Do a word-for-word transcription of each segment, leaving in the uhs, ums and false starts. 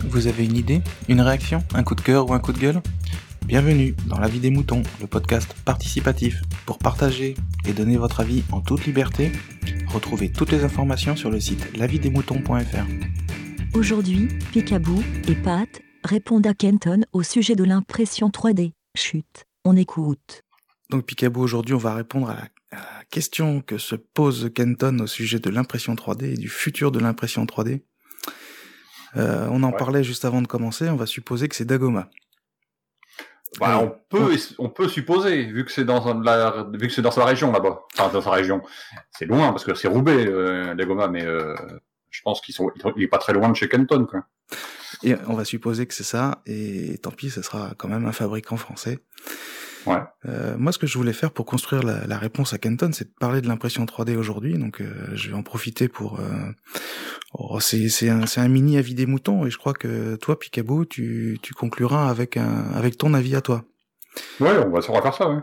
Vous avez une idée, une réaction, un coup de cœur ou un coup de gueule ? Bienvenue dans La Vie des Moutons, le podcast participatif pour partager et donner votre avis en toute liberté. Retrouvez toutes les informations sur le site la vie des moutons point f r. Aujourd'hui, Picaboo et Pat répondent à Kenton au sujet de l'impression trois D. Chut, on écoute. Donc Picaboo, aujourd'hui on va répondre à la, à la question que se pose Kenton au sujet de l'impression trois D et du futur de l'impression trois D. Euh, on en ouais. parlait juste avant de commencer, on va supposer que c'est Dagoma. Bah, on peut, on peut supposer, vu que c'est dans la, vu que c'est dans sa région là-bas. Enfin, dans sa région. C'est loin, parce que c'est Roubaix, euh, Dagoma, mais, euh, je pense qu'ils sont, il est pas très loin de chez Kenton, quoi. Et on va supposer que c'est ça, et tant pis, ce sera quand même un fabricant français. Ouais. Euh, moi, ce que je voulais faire pour construire la, la réponse à Kenton, c'est de parler de l'impression trois D aujourd'hui. Donc, euh, je vais en profiter pour. Euh... Oh, c'est, c'est un, c'est un mini avis des moutons, et je crois que toi, Picaboo, tu, tu concluras avec un, avec ton avis à toi. Ouais, on va, on va faire ça. Ouais.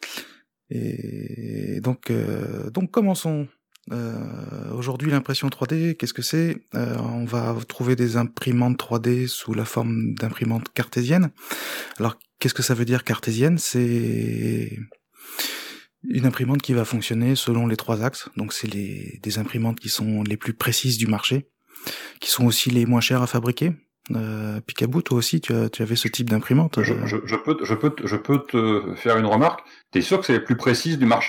Et donc, euh, donc commençons. Euh, aujourd'hui, l'impression trois D, qu'est-ce que c'est ? euh, On va trouver des imprimantes trois D sous la forme d'imprimantes cartésiennes. Alors, qu'est-ce que ça veut dire cartésienne ? C'est une imprimante qui va fonctionner selon les trois axes. Donc, c'est les des imprimantes qui sont les plus précises du marché, qui sont aussi les moins chères à fabriquer. Euh, Picaboo, toi aussi, tu, as, tu avais ce type d'imprimante. Je, je, je peux, je peux, je peux te faire une remarque. T'es sûr que c'est les plus précises du marché ?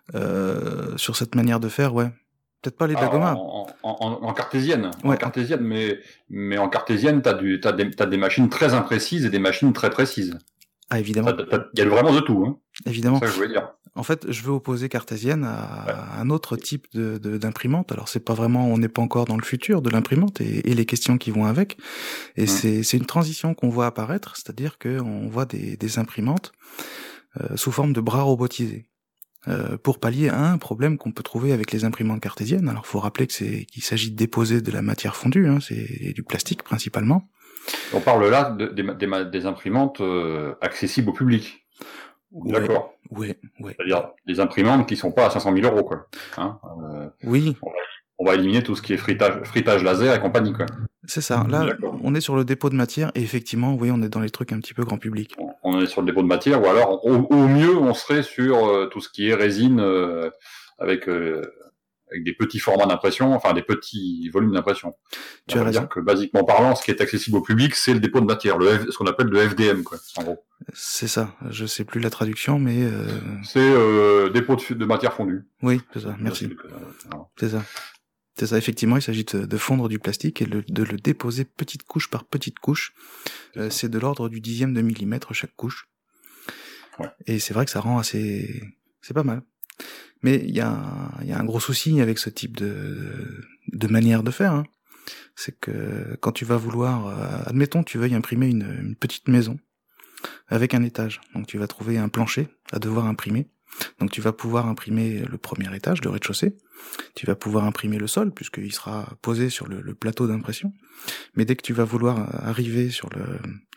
Euh, sur cette manière de faire, ouais. Peut-être pas les Dagoma. Ah, en, en, en, en cartésienne. Ouais. En cartésienne, mais, mais en cartésienne, t'as du, t'as des, t'as des machines très imprécises et des machines très précises. Ah, évidemment. Il y a vraiment de tout, hein. Évidemment. C'est ça que je voulais dire. En fait, je veux opposer cartésienne à ouais. un autre type de, de, d'imprimante. Alors, c'est pas vraiment, on n'est pas encore dans le futur de l'imprimante et, et les questions qui vont avec. Et mmh. c'est, c'est une transition qu'on voit apparaître, c'est-à-dire qu'on voit des, des imprimantes euh, sous forme de bras robotisés. Euh, pour pallier à un problème qu'on peut trouver avec les imprimantes cartésiennes. Alors, faut rappeler que c'est qu'il s'agit de déposer de la matière fondue, hein, c'est du plastique principalement. On parle là de, de, des, des imprimantes euh, accessibles au public. Ouais, D'accord. Ouais, ouais. C'est-à-dire des imprimantes qui sont pas à cinq cent mille euros, quoi. Hein euh, oui. On va, on va éliminer tout ce qui est fritage, fritage laser et compagnie, quoi. C'est ça. Là, D'accord. on est sur le dépôt de matière et effectivement, oui, on est dans les trucs un petit peu grand public. On est sur le dépôt de matière, ou alors, au, au mieux, on serait sur euh, tout ce qui est résine euh, avec euh, avec des petits formats d'impression, enfin des petits volumes d'impression. Tu on as va raison. dire que, basiquement parlant, ce qui est accessible au public, c'est le dépôt de matière, le F, ce qu'on appelle le F D M, quoi, en gros. C'est ça. Je sais plus la traduction, mais euh... c'est euh, dépôt de, de matière fondue. Oui, c'est ça. Merci. C'est ça. C'est ça, effectivement, il s'agit de, de fondre du plastique et le, de le déposer petite couche par petite couche. C'est, euh, c'est de l'ordre du dixième de millimètre chaque couche. Ouais. Et c'est vrai que ça rend assez... C'est pas mal. Mais il y a un, il y a un gros souci avec ce type de, de manière de faire. Hein. C'est que quand tu vas vouloir... Euh, admettons, tu veuilles imprimer une, une petite maison avec un étage. Donc tu vas trouver un plancher à devoir imprimer. Donc tu vas pouvoir imprimer le premier étage, le rez-de-chaussée. Tu vas pouvoir imprimer le sol, puisqu'il sera posé sur le, le plateau d'impression. Mais dès que tu vas vouloir arriver sur le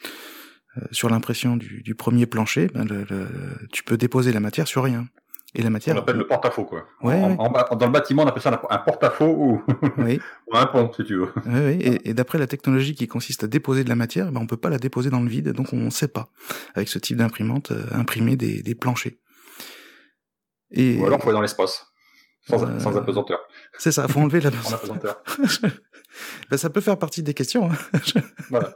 euh, sur l'impression du, du premier plancher, ben le, le, tu peux déposer la matière sur rien. Et la matière... On appelle le porte-à-faux, quoi. Ouais, en, ouais. En, en, dans le bâtiment, on appelle ça un porte-à-faux ou, oui. ou un pont, si tu veux. Oui, oui. Et, et d'après la technologie qui consiste à déposer de la matière, ben on peut pas la déposer dans le vide, donc on ne sait pas, avec ce type d'imprimante, euh, imprimer des, des planchers. Et... Ou alors, il faut aller dans l'espace, sans, euh... sans apesanteur. C'est ça, faut enlever l'apesanteur. Ben, ça peut faire partie des questions. Hein. Voilà.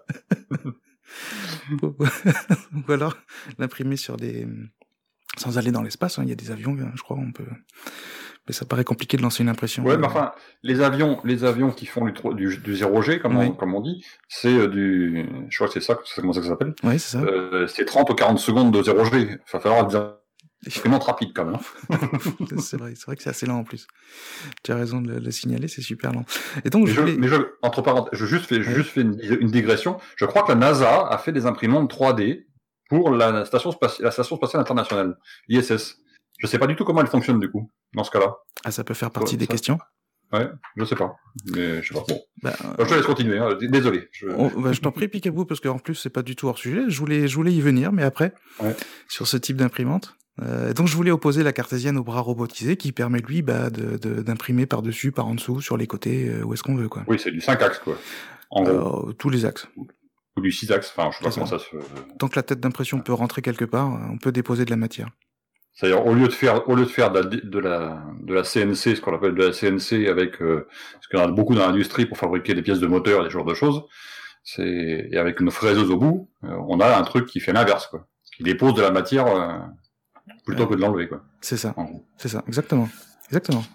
Ou alors, l'imprimer sur des... Sans aller dans l'espace, hein. Il y a des avions, je crois, on peut... Mais ça paraît compliqué de lancer une impression. Ouais, mais enfin, les avions, les avions qui font du, du, du zéro G, comme, oui. on, comme on dit, c'est euh, du... Je crois que c'est ça, c'est comment ça que ça s'appelle. Oui, c'est ça. Euh, c'est trente ou quarante secondes de zéro G. Il va falloir dire... C'est vraiment rapide quand même. c'est vrai, c'est vrai que c'est assez lent en plus. Tu as raison de le, le signaler, c'est super lent. Et donc, mais je, je, voulais... mais je entre parenthèses, je juste fais, je ouais. juste fais une, une digression. Je crois que la NASA a fait des imprimantes trois D pour la station spatiale, la station spatiale internationale, I S S. Je sais pas du tout comment elle fonctionne du coup dans ce cas-là. Ah, ça peut faire partie ouais, des ça... questions. Ouais, je sais pas, mais je sais pas. Bon, bah, euh... je te laisse continuer. Hein. Désolé. Je, oh, bah, je t'en prie, Picaboo, parce qu'en plus c'est pas du tout hors sujet. Je voulais, je voulais y venir, mais après, ouais. sur ce type d'imprimante. Euh, donc je voulais opposer la cartésienne au bras robotisé qui permet lui bah, de, de, d'imprimer par-dessus, par en dessous, sur les côtés, euh, où est-ce qu'on veut quoi. Oui, c'est du cinq axes quoi. En gros. Euh, tous les axes. Ou du six axes, enfin, je sais pas C'est comment ça. ça se... Tant que la tête d'impression peut rentrer quelque part, on peut déposer de la matière. C'est-à-dire, au lieu de faire, au lieu de faire de la, de la, de la C N C, ce qu'on appelle de la C N C avec, euh, ce qu'on a beaucoup dans l'industrie pour fabriquer des pièces de moteur et des genres de choses, c'est, et avec une fraiseuse au bout, euh, on a un truc qui fait l'inverse, quoi. Qui dépose de la matière, euh, plutôt ouais. que de l'enlever, quoi. C'est ça. C'est ça. Exactement. Exactement.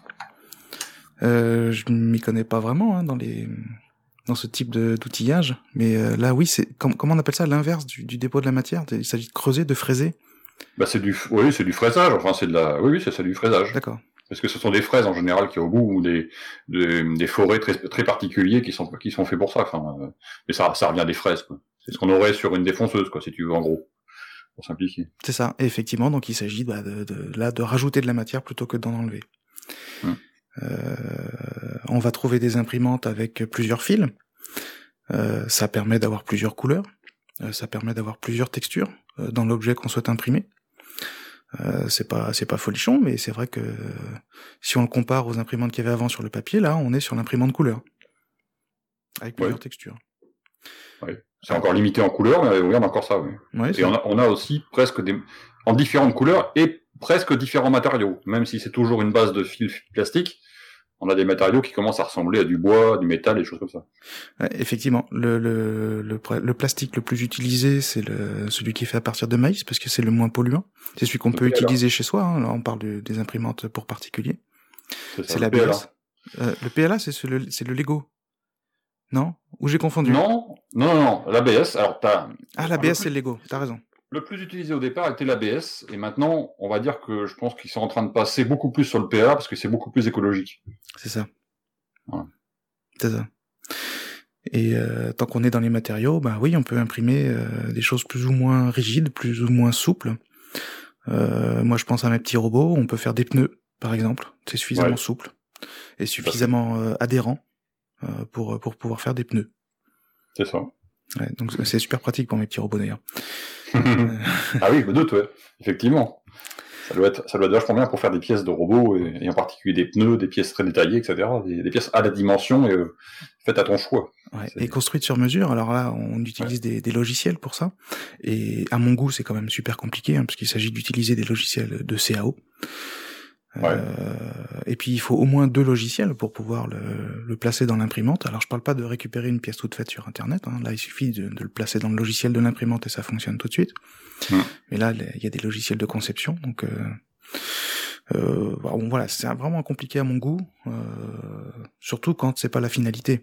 Euh, je m'y connais pas vraiment, hein, dans les, dans ce type de, d'outillage. Mais, euh, là, oui, c'est, com- comment on appelle ça, l'inverse du, du dépôt de la matière? Il s'agit de creuser, de fraiser. Bah c'est du, oui, c'est du fraisage. Enfin, c'est de la, oui, oui, c'est ça du fraisage. D'accord. Parce que ce sont des fraises en général qui au bout ou des, des, des forêts très, très particuliers qui sont, qui sont faits pour ça. Enfin, euh, mais ça, ça revient des fraises, quoi. C'est ce qu'on aurait sur une défonceuse, quoi, si tu veux, en gros, pour simplifier. C'est ça. Et effectivement, donc il s'agit bah, de, de, là de rajouter de la matière plutôt que d'en enlever. Hum. Euh, on va trouver des imprimantes avec plusieurs fils. Euh, ça permet d'avoir plusieurs couleurs. Euh, ça permet d'avoir plusieurs textures euh, dans l'objet qu'on souhaite imprimer. Euh, c'est pas c'est pas folichon, mais c'est vrai que euh, si on le compare aux imprimantes qu'il y avait avant sur le papier, là on est sur l'imprimante couleur avec plusieurs ouais. textures. Oui. C'est encore limité en couleur, mais oui, on a encore ça, oui. Ouais, et on a, on a aussi presque des en différentes couleurs et presque différents matériaux, même si c'est toujours une base de fil plastique. On a des matériaux qui commencent à ressembler à du bois, du métal, et des choses comme ça. Ouais, effectivement, le, le, le, le plastique le plus utilisé, c'est le, celui qui est fait à partir de maïs, parce que c'est le moins polluant. C'est celui qu'on le peut P L A. Utiliser chez soi. Hein. Là, on parle de, des imprimantes pour particuliers. C'est, ça, c'est l'A B S. Euh, le P L A, c'est, ce, le, c'est le Lego. Non? Ou j'ai confondu? Non, non, non, non. L'A B S, alors t'as... Ah, l'A B S, c'est le Lego. T'as raison. Le plus utilisé au départ était l'A B S, et maintenant, on va dire que je pense qu'ils sont en train de passer beaucoup plus sur le P L A, parce que c'est beaucoup plus écologique. C'est ça. Voilà. C'est ça. Et euh, tant qu'on est dans les matériaux, bah oui, on peut imprimer euh, des choses plus ou moins rigides, plus ou moins souples. Euh, moi, je pense à mes petits robots. On peut faire des pneus, par exemple. C'est suffisamment ouais. souple et suffisamment euh, adhérent euh, pour pour pouvoir faire des pneus. C'est ça. Ouais, donc c'est super pratique pour mes petits robots d'ailleurs. Ah oui, je me doute, ouais. Effectivement. Ça doit être, ça doit être vachement bien pour faire des pièces de robots, et, et en particulier des pneus, des pièces très détaillées, et cetera. Des, des pièces à la dimension, et euh, faites à ton choix. Ouais, et construites sur mesure. Alors là, on utilise ouais. des, des logiciels pour ça. Et à mon goût, c'est quand même super compliqué, hein, parce qu'il s'agit d'utiliser des logiciels de C A O. Ouais. Euh, et puis il faut au moins deux logiciels pour pouvoir le, le placer dans l'imprimante. Alors je parle pas de récupérer une pièce toute faite sur internet, hein. Là il suffit de, de le placer dans le logiciel de l'imprimante et ça fonctionne tout de suite. Mmh. Mais là il y a des logiciels de conception, donc euh, euh, bon, voilà, c'est vraiment compliqué à mon goût, euh, surtout quand c'est pas la finalité.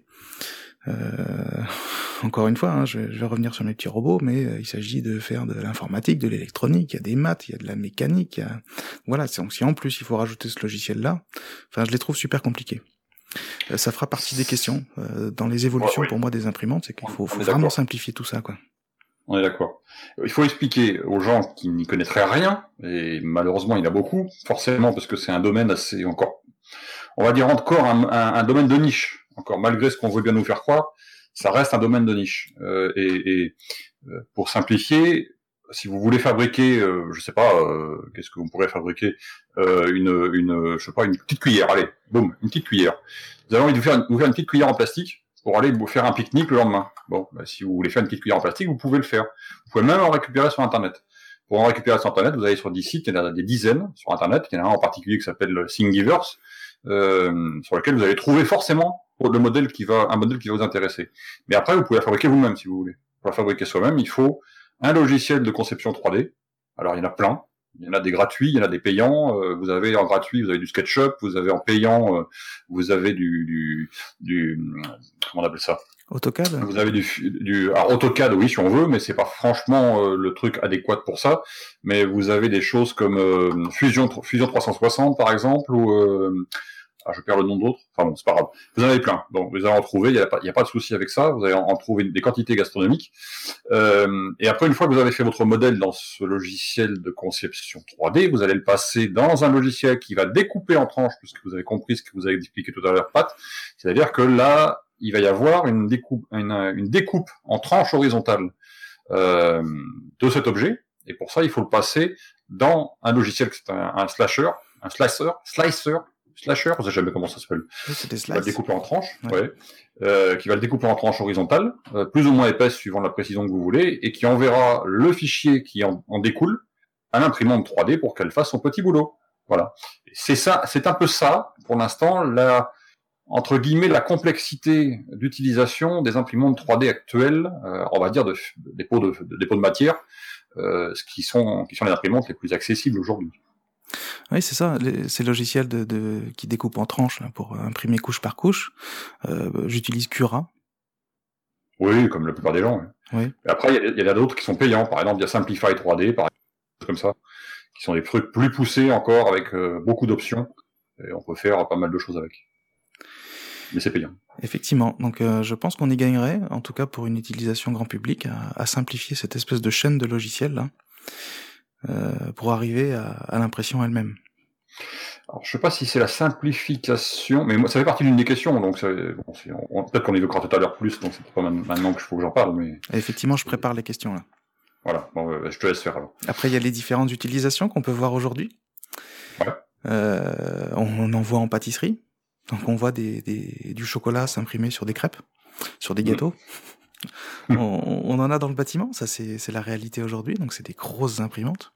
Euh, encore une fois, hein, je, je vais revenir sur mes petits robots, mais euh, il s'agit de faire de l'informatique, de l'électronique, il y a des maths, il y a de la mécanique, il y a... voilà, c'est, si en plus il faut rajouter ce logiciel-là, enfin je les trouve super compliqués. Euh, ça fera partie des questions euh, dans les évolutions ouais, oui. pour moi des imprimantes, c'est qu'il faut, faut vraiment simplifier tout ça, quoi. On est d'accord. Il faut expliquer aux gens qui n'y connaîtraient rien, et malheureusement il y en a beaucoup, forcément parce que c'est un domaine assez encore, on va dire encore un, un, un domaine de niche. Encore malgré ce qu'on veut bien nous faire croire, ça reste un domaine de niche. Euh, et, et euh, pour simplifier, si vous voulez fabriquer, euh, je sais pas, euh, qu'est-ce que vous pourrez fabriquer, euh, une, une, je sais pas, une petite cuillère. Allez, boum, une petite cuillère. Vous avez envie de vous faire, une, vous faire une petite cuillère en plastique pour aller vous faire un pique-nique le lendemain. Bon, bah, si vous voulez faire une petite cuillère en plastique, vous pouvez le faire. Vous pouvez même en récupérer sur Internet. Pour en récupérer sur Internet, vous allez sur des sites, il y en a des dizaines sur Internet. Il y en a un en particulier qui s'appelle Thingiverse, euh, sur lequel vous allez trouver forcément le modèle qui va, un modèle qui va vous intéresser. Mais après, vous pouvez la fabriquer vous-même si vous voulez. Pour la fabriquer soi-même, il faut un logiciel de conception trois D. Alors, il y en a plein. Il y en a des gratuits, il y en a des payants. Euh, vous avez en gratuit, vous avez du SketchUp. Vous avez en payant, euh, vous avez du, du, du, comment on appelle ça? AutoCAD. Vous avez du, du, alors AutoCAD, oui, si on veut, mais c'est pas franchement euh, le truc adéquat pour ça. Mais vous avez des choses comme euh, Fusion, Fusion trois cent soixante, par exemple, ou euh, ah, je perds le nom d'autres. Enfin bon, c'est pas grave. Vous en avez plein. Donc, vous allez en trouver. Il n'y a pas, il y a pas de souci avec ça. Vous allez en, en trouver des quantités gastronomiques. Euh, et après, une fois que vous avez fait votre modèle dans ce logiciel de conception trois D, vous allez le passer dans un logiciel qui va découper en tranches, puisque vous avez compris ce que vous avez expliqué tout à l'heure, Pat. C'est-à-dire que là, il va y avoir une découpe, une, une découpe en tranches horizontales euh, de cet objet. Et pour ça, il faut le passer dans un logiciel, c'est un, un slasher, un slicer, slicer. slasher, je sais jamais comment ça s'appelle. Oui, c'est des Qui va le slices. découper en tranches, Ouais. ouais. Euh, qui va le découper en tranches horizontales, euh, plus ou moins épaisses suivant la précision que vous voulez, et qui enverra le fichier qui en, en découle à l'imprimante trois D pour qu'elle fasse son petit boulot. Voilà. C'est ça, c'est un peu ça, pour l'instant, la, entre guillemets, la complexité d'utilisation des imprimantes trois D actuelles, euh, on va dire de, de dépôt de, de dépôt de matière, euh, ce qui sont, qui sont les imprimantes les plus accessibles aujourd'hui. Oui, c'est ça, les, ces logiciels de, de, qui découpent en tranches là, pour imprimer couche par couche. Euh, j'utilise Cura. Oui, comme la plupart des gens. Oui. Oui. Et après, il y, y en a d'autres qui sont payants. Par exemple, il y a Simplify trois D, par exemple, comme ça, qui sont des trucs plus poussés encore, avec euh, beaucoup d'options. Et on peut faire pas mal de choses avec. Mais c'est payant. Effectivement. Donc, euh, je pense qu'on y gagnerait, en tout cas pour une utilisation grand public, à, à simplifier cette espèce de chaîne de logiciels là. Euh, pour arriver à, à l'impression elle-même. Alors, je sais pas si c'est la simplification, mais moi, ça fait partie d'une des questions, donc bon, on, peut-être qu'on évoquera tout à l'heure plus, donc c'est pas maintenant qu'il faut que j'en parle, mais... Et effectivement, je prépare les questions là. Voilà, bon, euh, je te laisse faire alors. Après, il y a les différentes utilisations qu'on peut voir aujourd'hui. Ouais. Euh, on, on en voit en pâtisserie, donc on voit des, des, du chocolat s'imprimer sur des crêpes, sur des gâteaux. Mmh. on, on en a dans le bâtiment, ça c'est, c'est la réalité aujourd'hui, donc c'est des grosses imprimantes.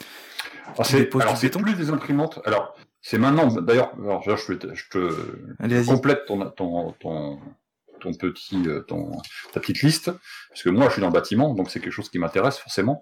Ah, c'est, alors c'est plus des imprimantes. Alors c'est maintenant. D'ailleurs, alors, je, je te, je te Allez, complète ton, ton, ton, ton petit, ton, ta petite liste, parce que moi je suis dans le bâtiment, donc c'est quelque chose qui m'intéresse forcément.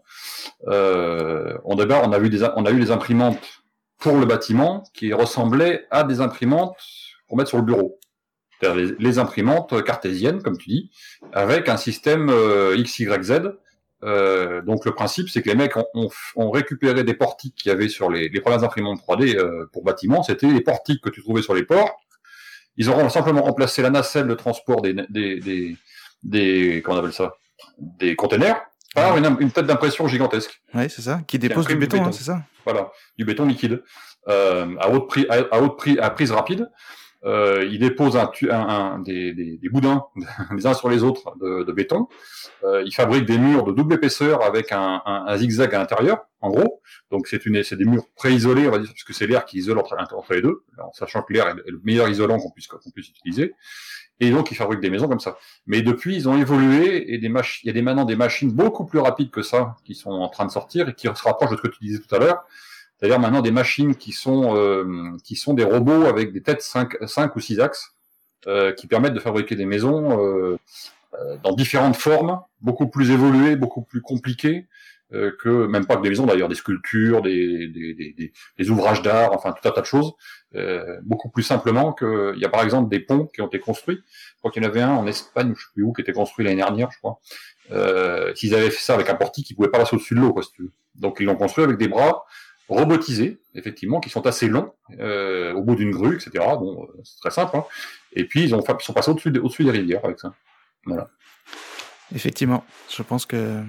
Euh, on d'abord on a vu des, on a eu des imprimantes pour le bâtiment qui ressemblaient à des imprimantes pour mettre sur le bureau. C'est-à-dire les, les imprimantes cartésiennes, comme tu dis, avec un système euh, X Y Z. Euh, donc le principe, c'est que les mecs ont, ont, ont récupéré des portiques qu'il y avait sur les, les premières imprimantes trois D euh, pour bâtiments. C'était les portiques que tu trouvais sur les ports. Ils auront simplement remplacé la nacelle de transport des, des, des, des comment on appelle ça, des containers par une, une tête d'impression gigantesque. Oui, c'est ça, qui dépose du béton, béton. Hein, c'est ça. Voilà, du béton liquide euh, à haute prix, à, à haute prix, à prise rapide. Euh, il dépose un, un, un, des, des, des boudins les uns sur les autres de, de béton. Euh, il fabrique des murs de double épaisseur avec un, un, un zigzag à l'intérieur, en gros. Donc c'est, une, c'est des murs pré-isolés, on va dire, parce que c'est l'air qui isole entre, entre les deux, en sachant que l'air est le meilleur isolant qu'on puisse, qu'on puisse utiliser. Et donc ils fabriquent des maisons comme ça. Mais depuis, ils ont évolué et des mach- il y a des, maintenant des machines beaucoup plus rapides que ça qui sont en train de sortir et qui se rapprochent de ce que tu disais tout à l'heure. C'est-à-dire maintenant des machines qui sont euh, qui sont des robots avec des têtes cinq ou six axes euh, qui permettent de fabriquer des maisons euh, euh, dans différentes formes, beaucoup plus évoluées, beaucoup plus compliquées euh, que même pas que des maisons d'ailleurs, des sculptures, des des, des, des, des ouvrages d'art, enfin tout un tas de choses, euh, beaucoup plus simplement que il y a par exemple des ponts qui ont été construits. Je crois qu'il y en avait un en Espagne, je sais plus où, qui était construit l'année dernière, je crois. Euh, s'ils avaient fait ça avec un portique, ils pouvaient pas passer au-dessus de l'eau, quoi, si tu veux. Donc ils l'ont construit avec des bras robotisés, effectivement, qui sont assez longs, euh, au bout d'une grue, et cetera. Bon, c'est très simple, hein. Et puis, ils, ont, ils sont passés au-dessus, de, au-dessus des rivières avec ça. Voilà. Effectivement, je pense que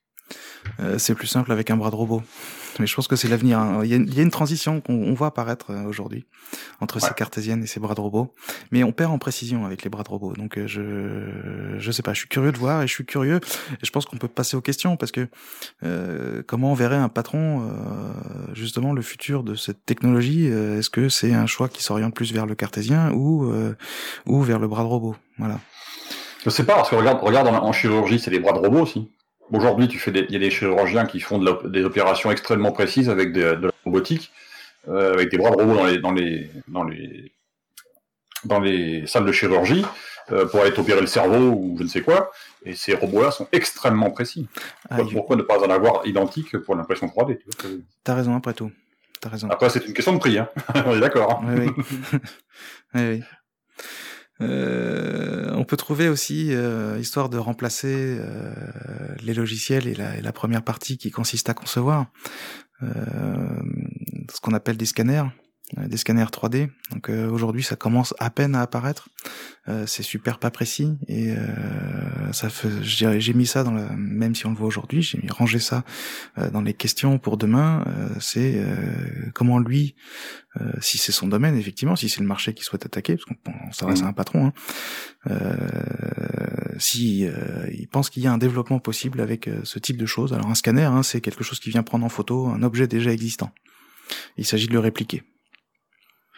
euh, c'est plus simple avec un bras de robot. Mais je pense que c'est l'avenir. Hein. Il y a une, il y a une transition qu'on on voit apparaître euh, aujourd'hui entre ouais. ces cartésiennes et ces bras de robot. Mais on perd en précision avec les bras de robot. Donc euh, je je sais pas, je suis curieux de voir et je suis curieux. Et je pense qu'on peut passer aux questions parce que euh, comment on verrait un patron euh, justement le futur de cette technologie euh, est-ce que c'est un choix qui s'oriente plus vers le cartésien ou euh, ou vers le bras de robot? Voilà. Je sais pas parce que regarde regarde en, en chirurgie, c'est des bras de robot aussi. Aujourd'hui, tu fais des, il y a des chirurgiens qui font de la, des opérations extrêmement précises avec des, de la robotique, euh, avec des bras de robot dans les, dans les, dans les, dans les salles de chirurgie, euh, pour aller opérer le cerveau ou je ne sais quoi. Et ces robots-là sont extrêmement précis. Ah, pourquoi, pourquoi ne pas en avoir identique pour l'impression trois D, tu vois? T'as raison après tout. T'as raison. Après, c'est une question de prix, hein. On est d'accord. Hein. Oui, oui. oui, oui. Euh, on peut trouver aussi, euh, histoire de remplacer euh, les logiciels et la, et la première partie qui consiste à concevoir, euh, ce qu'on appelle des scanners, euh, des scanners trois D. Donc euh, aujourd'hui, ça commence à peine à apparaître. Euh, c'est super pas précis et euh, ça fait, j'ai, j'ai mis ça dans la, même si on le voit aujourd'hui, j'ai mis rangé ça euh, dans les questions pour demain. Euh, c'est euh, comment lui, euh, si c'est son domaine effectivement, si c'est le marché qui souhaite attaquer, parce qu'on s'adresse à un patron, hein, euh, si euh, il pense qu'il y a un développement possible avec euh, ce type de choses. Alors un scanner, hein, c'est quelque chose qui vient prendre en photo un objet déjà existant. Il s'agit de le répliquer.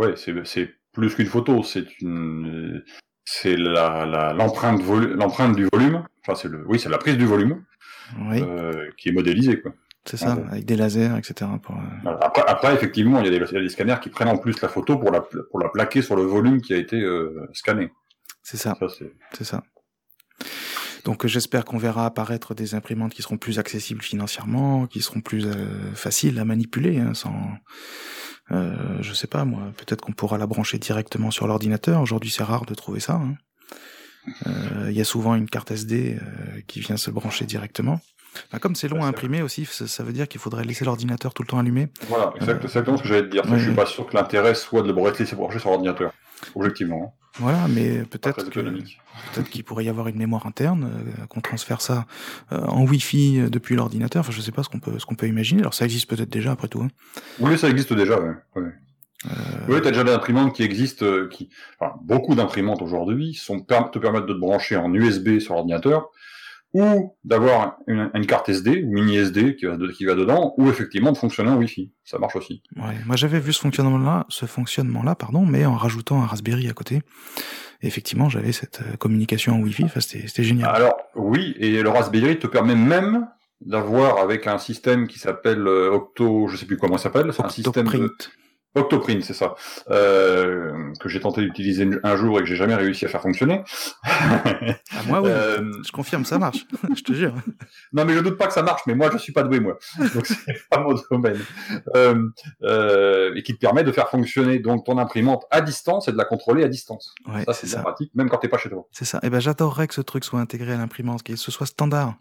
ouais, c'est, c'est plus qu'une photo, c'est une, c'est la, la, l'empreinte, volu- l'empreinte du volume. Enfin, c'est le, oui, c'est la prise du volume, Oui, euh, qui est modélisée, quoi. c'est ça, Ouais. avec des lasers, et cetera. Pour, euh, Voilà. Après, après, effectivement, il y a des, il y a des scanners qui prennent en plus la photo pour la, pour la plaquer sur le volume qui a été euh, scanné. C'est ça, Ça, c'est... c'est ça. Donc euh, j'espère qu'on verra apparaître des imprimantes qui seront plus accessibles financièrement, qui seront plus euh, faciles à manipuler, hein, sans, euh, je sais pas moi, peut-être qu'on pourra la brancher directement sur l'ordinateur. Aujourd'hui c'est rare de trouver ça. Hein. Euh, il y a souvent une carte S D euh, qui vient se brancher directement. Enfin, comme c'est long à imprimer aussi, ça, ça veut dire qu'il faudrait laisser l'ordinateur tout le temps allumé. Voilà, exact, Euh, exactement ce que j'allais te dire. ouais, Je suis pas sûr que l'intérêt soit de le laisser brancher sur l'ordinateur, objectivement. Hein. Voilà, mais Pas peut-être très que économique. peut-être qu'il pourrait y avoir une mémoire interne, euh, qu'on transfère ça euh, en Wi-Fi euh, depuis l'ordinateur. Enfin, je sais pas ce qu'on peut ce qu'on peut imaginer. Alors ça existe peut-être déjà après tout. Hein. Oui, ça existe déjà, ouais. ouais. Euh... Oui, t'as déjà des imprimantes qui existent, euh, qui, enfin, beaucoup d'imprimantes aujourd'hui sont te permettent de te brancher en U S B sur l'ordinateur, ou d'avoir une, une carte S D ou mini S D qui va, qui va dedans, ou effectivement de fonctionner en Wi-Fi. Ça marche aussi. Ouais, moi j'avais vu ce fonctionnement-là, ce fonctionnement-là, pardon, mais en rajoutant un Raspberry à côté. Et effectivement, j'avais cette euh, communication en Wi-Fi. Enfin, c'était, c'était génial. Alors oui, et le Raspberry te permet même d'avoir avec un système qui s'appelle euh, Octo, je sais plus comment il s'appelle, c'est un système de Octoprint, c'est ça, euh, que j'ai tenté d'utiliser un jour et que j'ai jamais réussi à faire fonctionner. Ah, moi, oui, euh... je confirme, ça marche, je te jure. Non, mais je doute pas que ça marche, mais moi, je suis pas doué, moi. Donc, c'est pas mon domaine. Euh, euh, et qui te permet de faire fonctionner donc ton imprimante à distance et de la contrôler à distance. Ouais, ça, c'est, c'est bien ça. pratique, même quand t'es pas chez toi. C'est ça. Et ben, j'adorerais que ce truc soit intégré à l'imprimante, que ce soit standard.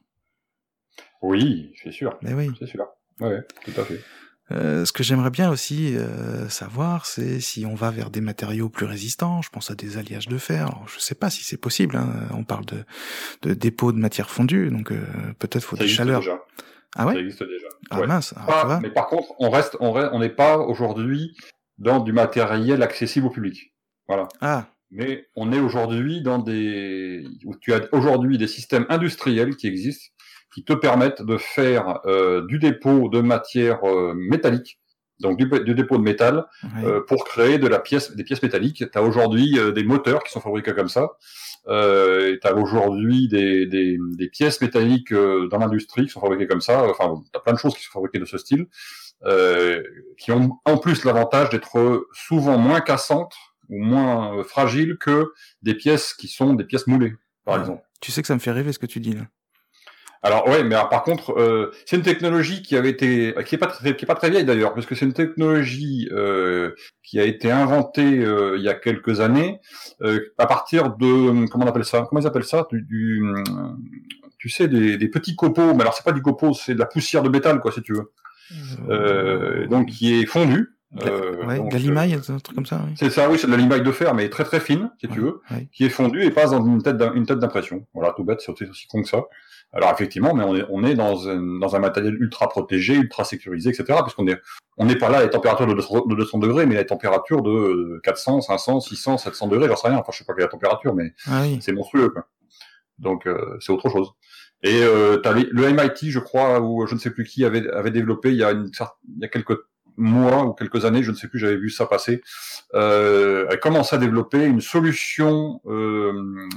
Oui, c'est sûr. Mais oui. C'est sûr. Ouais, tout à fait. Euh, ce que j'aimerais bien aussi euh, savoir, c'est si on va vers des matériaux plus résistants. Je pense à des alliages de fer. Alors, je sais pas si c'est possible. Hein. On parle de, de dépôt de matière fondue, donc euh, peut-être faut ça des chaleurs. Déjà. Ah ouais. Ça existe déjà. Ah ouais. mince. Alors, pas, ça va. Mais par contre, on reste, on reste, on n'est pas aujourd'hui dans du matériel accessible au public. Voilà. Ah. Mais on est aujourd'hui dans des où tu as aujourd'hui des systèmes industriels qui existent, qui te permettent de faire euh, du dépôt de matière euh, métallique, donc du, du dépôt de métal, ouais. euh, pour créer de la pièce, des pièces métalliques. Tu as aujourd'hui euh, des moteurs qui sont fabriqués comme ça. Euh, tu as aujourd'hui des, des, des pièces métalliques euh, dans l'industrie qui sont fabriquées comme ça. Enfin, tu as plein de choses qui sont fabriquées de ce style, euh, qui ont en plus l'avantage d'être souvent moins cassantes ou moins euh, fragiles que des pièces qui sont des pièces moulées, par ouais. exemple. Tu sais que ça me fait rêver ce que tu dis là. Alors ouais, mais alors, par contre, euh, c'est une technologie qui avait été, qui est pas très, qui est pas très vieille d'ailleurs, parce que c'est une technologie euh, qui a été inventée euh, il y a quelques années euh, à partir de, comment on appelle ça, comment ils appellent ça, du, du tu sais, des, des petits copeaux, mais alors c'est pas du copeau, c'est de la poussière de métal, quoi, si tu veux, euh, donc qui est fondue. Euh, ouais, donc, de la limaille, euh, un truc comme ça. Oui. C'est ça, oui, c'est de la limaille de fer, mais très très fine, si ouais, tu veux, ouais. qui est fondue et passe dans une tête, une tête d'impression. Voilà, tout bête, c'est aussi con que ça. Alors effectivement, mais on est, on est dans un, dans un matériel ultra protégé, ultra sécurisé, et cetera. Puisqu'on est, on n'est pas là à les températures de deux cents degrés, mais à les températures de quatre cents, cinq cents, six cents, sept cents degrés, j'en sais rien. Enfin, je sais pas quelle est la température, mais ah oui. c'est monstrueux, quoi. Donc euh, c'est autre chose. Et euh, t'as les, le M I T, je crois, ou je ne sais plus qui avait, avait développé il y a une, il y a quelques mois ou quelques années, je ne sais plus, j'avais vu ça passer, euh, a commencé à développer une solution, euh,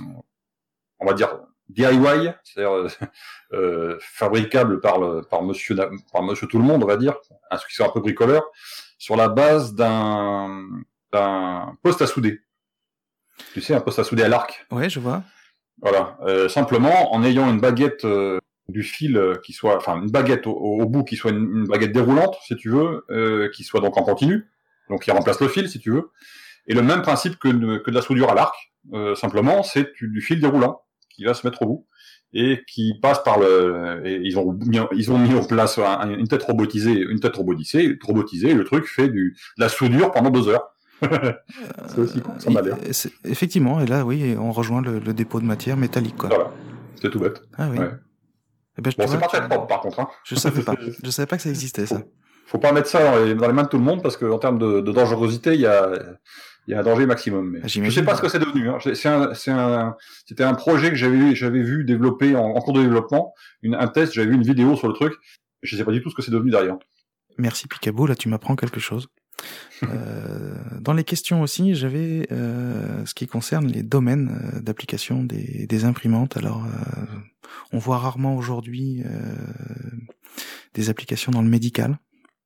on va dire D I Y, c'est-à-dire euh, fabricable par le, par monsieur par monsieur tout le monde, on va dire, un truc qui soit un peu bricoleur, sur la base d'un d'un poste à souder. Tu sais, un poste à souder à l'arc. Ouais, je vois. Voilà, euh, simplement en ayant une baguette euh, du fil euh, qui soit, enfin une baguette au, au bout qui soit une, une baguette déroulante, si tu veux, euh, qui soit donc en continu, donc qui remplace le fil, si tu veux. Et le même principe que de, que de la soudure à l'arc, euh, simplement, c'est du fil déroulant qui va se mettre au bout et qui passe par le. Et ils ont mis, ils ont mis en place un, une tête robotisée, une tête robotisée, robotisée. Et le truc fait du de la soudure pendant deux heures. C'est aussi cool, ça m'a l'air. Effectivement, et là, oui, on rejoint le, le dépôt de matière métallique, quoi. Voilà, c'est tout bête. Ah oui. Ouais. Eh ben, je bon, c'est vois, pas très propre, par contre. Hein. Je savais pas. Je savais pas que ça existait, ça. Faut, faut pas mettre ça dans les, dans les mains de tout le monde parce qu'en termes de, de dangerosité, il y a, il y a un danger maximum. Mais je sais pas ce que c'est devenu. Hein. C'est un, c'est un, c'était un projet que j'avais, j'avais vu développer en, en cours de développement, une, un test. J'avais vu une vidéo sur le truc. Je sais pas du tout ce que c'est devenu derrière. Merci Picabo, là tu m'apprends quelque chose. Euh, dans les questions aussi, j'avais euh, ce qui concerne les domaines euh, d'application des, des imprimantes. Alors, euh, on voit rarement aujourd'hui euh, des applications dans le médical.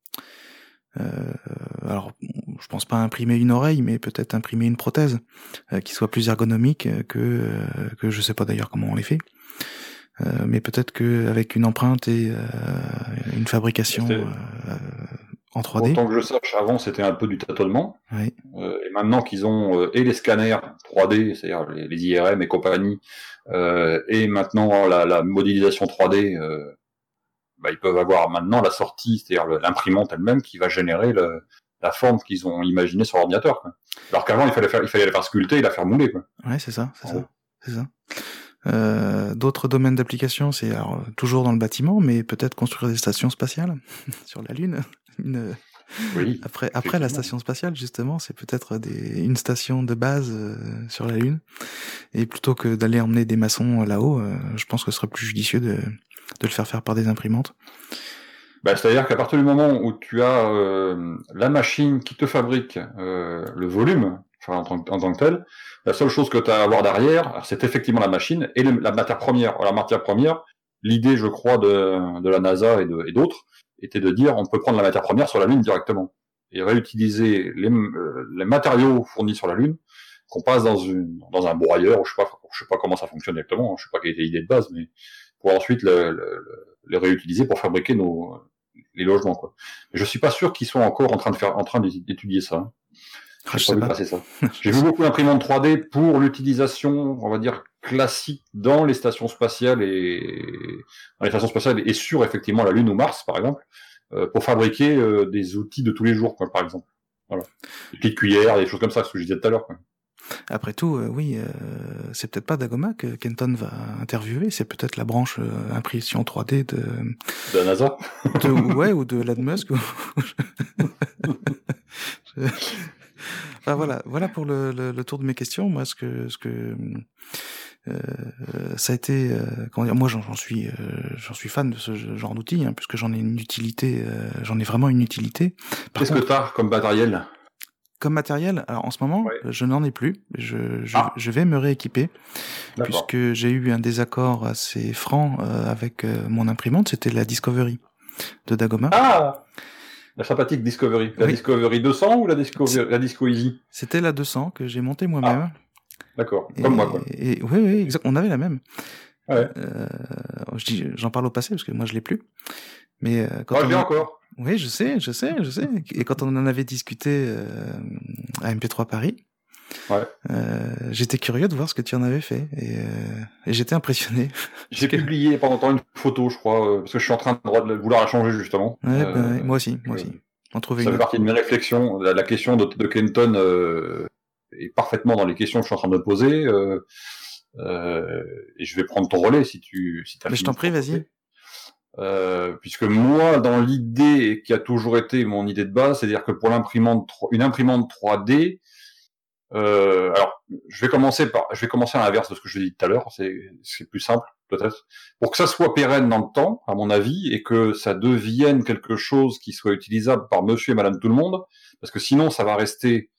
Euh, alors, je pense pas imprimer une oreille, mais peut-être imprimer une prothèse euh, qui soit plus ergonomique que euh, que je sais pas d'ailleurs comment on les fait. Euh, mais peut-être que avec une empreinte et euh, une fabrication euh, en trois D. Autant que je sache, avant c'était un peu du tâtonnement. Oui. Euh, et maintenant qu'ils ont euh, et les scanners trois D, c'est-à-dire les, les I R M et compagnie, euh, et maintenant la, la modélisation trois D, euh, bah, ils peuvent avoir maintenant la sortie, c'est-à-dire l'imprimante elle-même qui va générer le, la forme qu'ils ont imaginée sur l'ordinateur. Quoi. Alors qu'avant il fallait faire, il fallait la faire sculpter et la faire mouler. Quoi. Ouais, c'est ça, c'est en ça, haut. c'est ça. Euh, d'autres domaines d'application, c'est alors, toujours dans le bâtiment, mais peut-être construire des stations spatiales sur la Lune. Une... Oui. Après, après la station spatiale, justement, c'est peut-être des... une station de base euh, sur la Lune. Et plutôt que d'aller emmener des maçons là-haut, euh, je pense que ce serait plus judicieux de, de le faire faire par des imprimantes. Bah, c'est-à-dire qu'à partir du moment où tu as euh, la machine qui te fabrique euh, le volume, enfin, en, tant, en tant que tel, la seule chose que tu as à avoir derrière, c'est effectivement la machine et le, la matière première. Alors, la matière première, l'idée, je crois, de, de la NASA et, de, et d'autres, était de dire on peut prendre la matière première sur la Lune directement et réutiliser les, euh, les matériaux fournis sur la Lune qu'on passe dans, une, dans un broyeur, ou je sais pas, je sais pas comment ça fonctionne exactement, je sais pas quelle était l'idée de base, mais pour ensuite le, le, le réutiliser pour fabriquer nos les logements, quoi. Je suis pas sûr qu'ils soient encore en train de faire, en train d'étudier ça. Hein. Ah, J'ai pas vu passer ça. J'ai vu beaucoup d'imprimantes trois D pour l'utilisation, on va dire, classique dans les stations spatiales et dans les stations spatiales et sur effectivement la Lune ou Mars, par exemple, euh, pour fabriquer euh, des outils de tous les jours, quoi, par exemple. Voilà. Des petites cuillères, des choses comme ça, ce que je disais tout à l'heure, quoi. Après tout, euh, oui, euh, c'est peut-être pas Dagoma que Kenton va interviewer, c'est peut-être la branche euh, impression trois D de... De la NASA de, ouais, ou de Elon Musk. Je... Enfin, voilà, voilà pour le, le, le tour de mes questions. Moi, ce que, ce que euh, ça a été, euh, comment dire, moi, j'en, j'en suis, euh, j'en suis fan de ce genre d'outil, hein, puisque j'en ai une utilité, euh, j'en ai vraiment une utilité. Par Qu'est-ce contre, que t'as comme matériel? Comme matériel, alors en ce moment, Ouais. je n'en ai plus. Je, je, Ah. je vais me rééquiper, D'accord. puisque j'ai eu un désaccord assez franc euh, avec euh, mon imprimante. C'était la Discovery de Dagoma. Ah, la sympathique Discovery. La Oui. Discovery deux cents ou la Discovery, la Disco Easy? C'était la deux cents que j'ai montée moi-même. Ah. D'accord, Et, comme moi, quoi. Et, oui, oui, exact. On avait la même. Ouais. Euh, je dis, j'en parle au passé parce que moi je l'ai plus. Mais euh, quand Moi, on je l'ai a... encore. Oui, je sais, je sais, je sais. Et quand on en avait discuté euh, à M P trois Paris, ouais. euh, j'étais curieux de voir ce que tu en avais fait et, euh, et j'étais impressionné. J'ai publié pendant longtemps une photo, je crois, euh, parce que je suis en train de, de vouloir la changer justement. Ouais, euh, ben, moi aussi, moi aussi. On trouvait ça une fait partie de mes réflexions. La, la question de, de Kenton euh, est parfaitement dans les questions que je suis en train de me poser. Euh, euh, et je vais prendre ton relais si tu si t'as Mais je t'en prie, vas-y. Euh, puisque moi, dans l'idée qui a toujours été mon idée de base, c'est-à-dire que pour l'imprimante, une imprimante trois D, euh, alors je vais commencer par, je vais commencer à l'inverse de ce que je dis tout à l'heure, c'est c'est plus simple peut-être, pour que ça soit pérenne dans le temps, à mon avis, et que ça devienne quelque chose qui soit utilisable par Monsieur et Madame tout le monde, parce que sinon ça va rester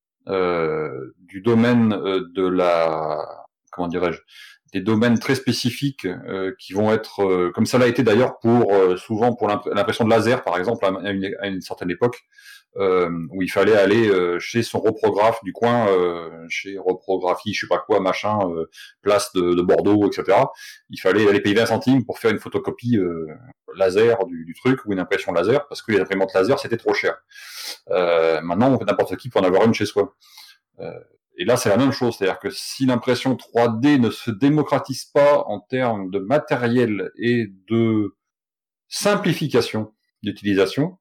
euh, du domaine de la, comment dirais-je, des domaines très spécifiques euh, qui vont être, euh, comme ça l'a été d'ailleurs pour euh, souvent pour l'impression de laser par exemple à une, à une certaine époque euh, où il fallait aller euh, chez son reprographe du coin, euh, chez reprographie je sais pas quoi machin, euh, place de, de Bordeaux et cetera. Il fallait aller payer vingt centimes pour faire une photocopie euh, laser du, du truc ou une impression laser parce que les imprimantes laser c'était trop cher. Euh, maintenant n'importe qui peut en avoir une chez soi. Euh, Et là, c'est la même chose, c'est-à-dire que si l'impression trois D ne se démocratise pas en termes de matériel et de simplification d'utilisation,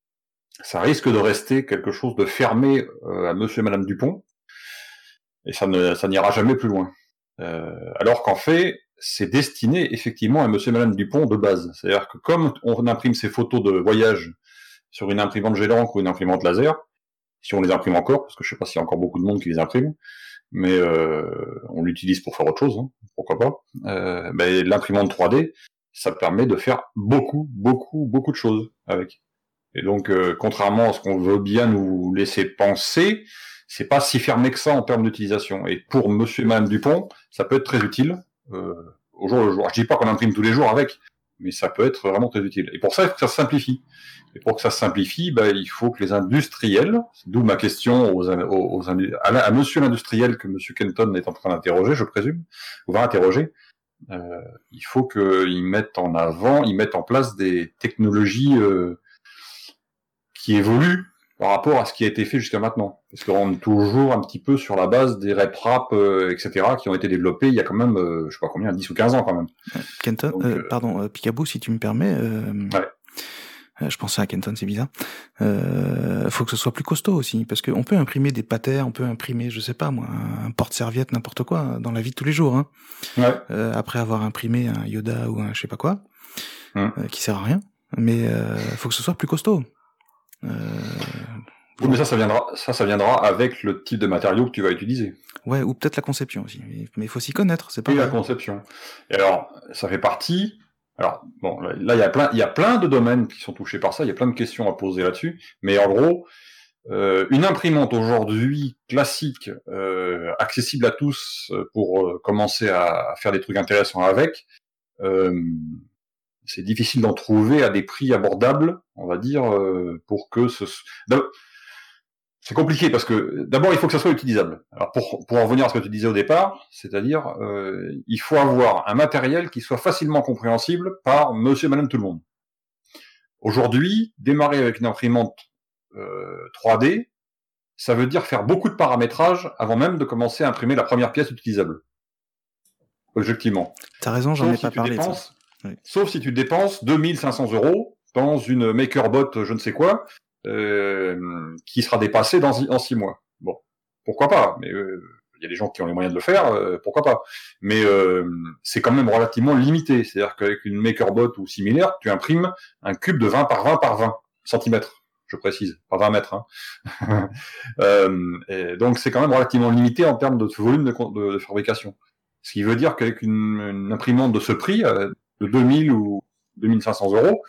ça risque de rester quelque chose de fermé euh, à Monsieur et Madame Dupont, et ça ne, ça n'ira jamais plus loin. Euh, alors qu'en fait, c'est destiné effectivement à Monsieur et Madame Dupont de base. C'est-à-dire que comme on imprime ses photos de voyage sur une imprimante jet d'encre ou une imprimante laser, si on les imprime encore, parce que je sais pas s'il y a encore beaucoup de monde qui les imprime, mais euh, on l'utilise pour faire autre chose, hein, pourquoi pas. Euh, ben, l'imprimante trois D, ça permet de faire beaucoup, beaucoup, beaucoup de choses avec. Et donc, euh, contrairement à ce qu'on veut bien nous laisser penser, c'est pas si fermé que ça en termes d'utilisation. Et pour Monsieur et Madame Dupont, ça peut être très utile euh, au jour le jour. Je dis pas qu'on imprime tous les jours avec, mais ça peut être vraiment très utile. Et pour ça, il faut que ça se simplifie. Et pour que ça se simplifie, bah, il faut que les industriels, d'où ma question aux, aux, aux à, à Monsieur l'industriel que Monsieur Kenton est en train d'interroger, je présume, ou va interroger. Euh, il faut qu'ils mettent en avant, ils mettent en place des technologies euh, qui évoluent par rapport à ce qui a été fait jusqu'à maintenant. Parce qu'on est toujours un petit peu sur la base des RepRap, euh, et cetera, qui ont été développés il y a quand même, euh, je sais pas combien, dix ou quinze ans quand même. Kenton, Donc, euh, pardon, euh, Picaboo, si tu me permets, euh, ouais. euh, je pensais à Kenton, c'est bizarre, euh, faut que ce soit plus costaud aussi, parce qu'on peut imprimer des patères, on peut imprimer, je sais pas moi, un porte-serviette, n'importe quoi, dans la vie de tous les jours, hein. Ouais. Euh, après avoir imprimé un Yoda ou un je sais pas quoi, hum. euh, qui sert à rien, mais euh, faut que ce soit plus costaud. Euh, oui, mais ça, ça viendra, ça, ça viendra avec le type de matériau que tu vas utiliser. Ouais, ou peut-être la conception aussi. Mais il faut s'y connaître, c'est pas. Oui, la conception. Et alors, ça fait partie. Alors, bon, là, il y a plein, il y a plein de domaines qui sont touchés par ça. Il y a plein de questions à poser là-dessus. Mais en gros, euh, une imprimante aujourd'hui classique, euh, accessible à tous pour euh, commencer à, à faire des trucs intéressants avec. Euh, c'est difficile d'en trouver à des prix abordables, on va dire, euh, pour que ce. C'est compliqué parce que d'abord il faut que ça soit utilisable. Alors pour pour en revenir à ce que tu disais au départ, c'est-à-dire euh, il faut avoir un matériel qui soit facilement compréhensible par Monsieur et Madame tout le monde. Aujourd'hui, démarrer avec une imprimante euh, trois D, ça veut dire faire beaucoup de paramétrage avant même de commencer à imprimer la première pièce utilisable. Objectivement. T'as raison, j'en ai pas parlé. Dépenses, oui. Sauf si tu dépenses deux mille cinq cents euros dans une MakerBot, je ne sais quoi. Euh, qui sera dépassé dans en six mois. Bon, pourquoi pas, mais il euh, y a des gens qui ont les moyens de le faire, euh, pourquoi pas. Mais euh, c'est quand même relativement limité, c'est-à-dire qu'avec une MakerBot ou similaire, tu imprimes un cube de vingt par vingt par vingt centimètres, je précise, pas vingt mètres. Hein. euh, et donc c'est quand même relativement limité en termes de volume de, de, de fabrication. Ce qui veut dire qu'avec une, une imprimante de ce prix, euh, de deux mille ou deux mille cinq cents euros,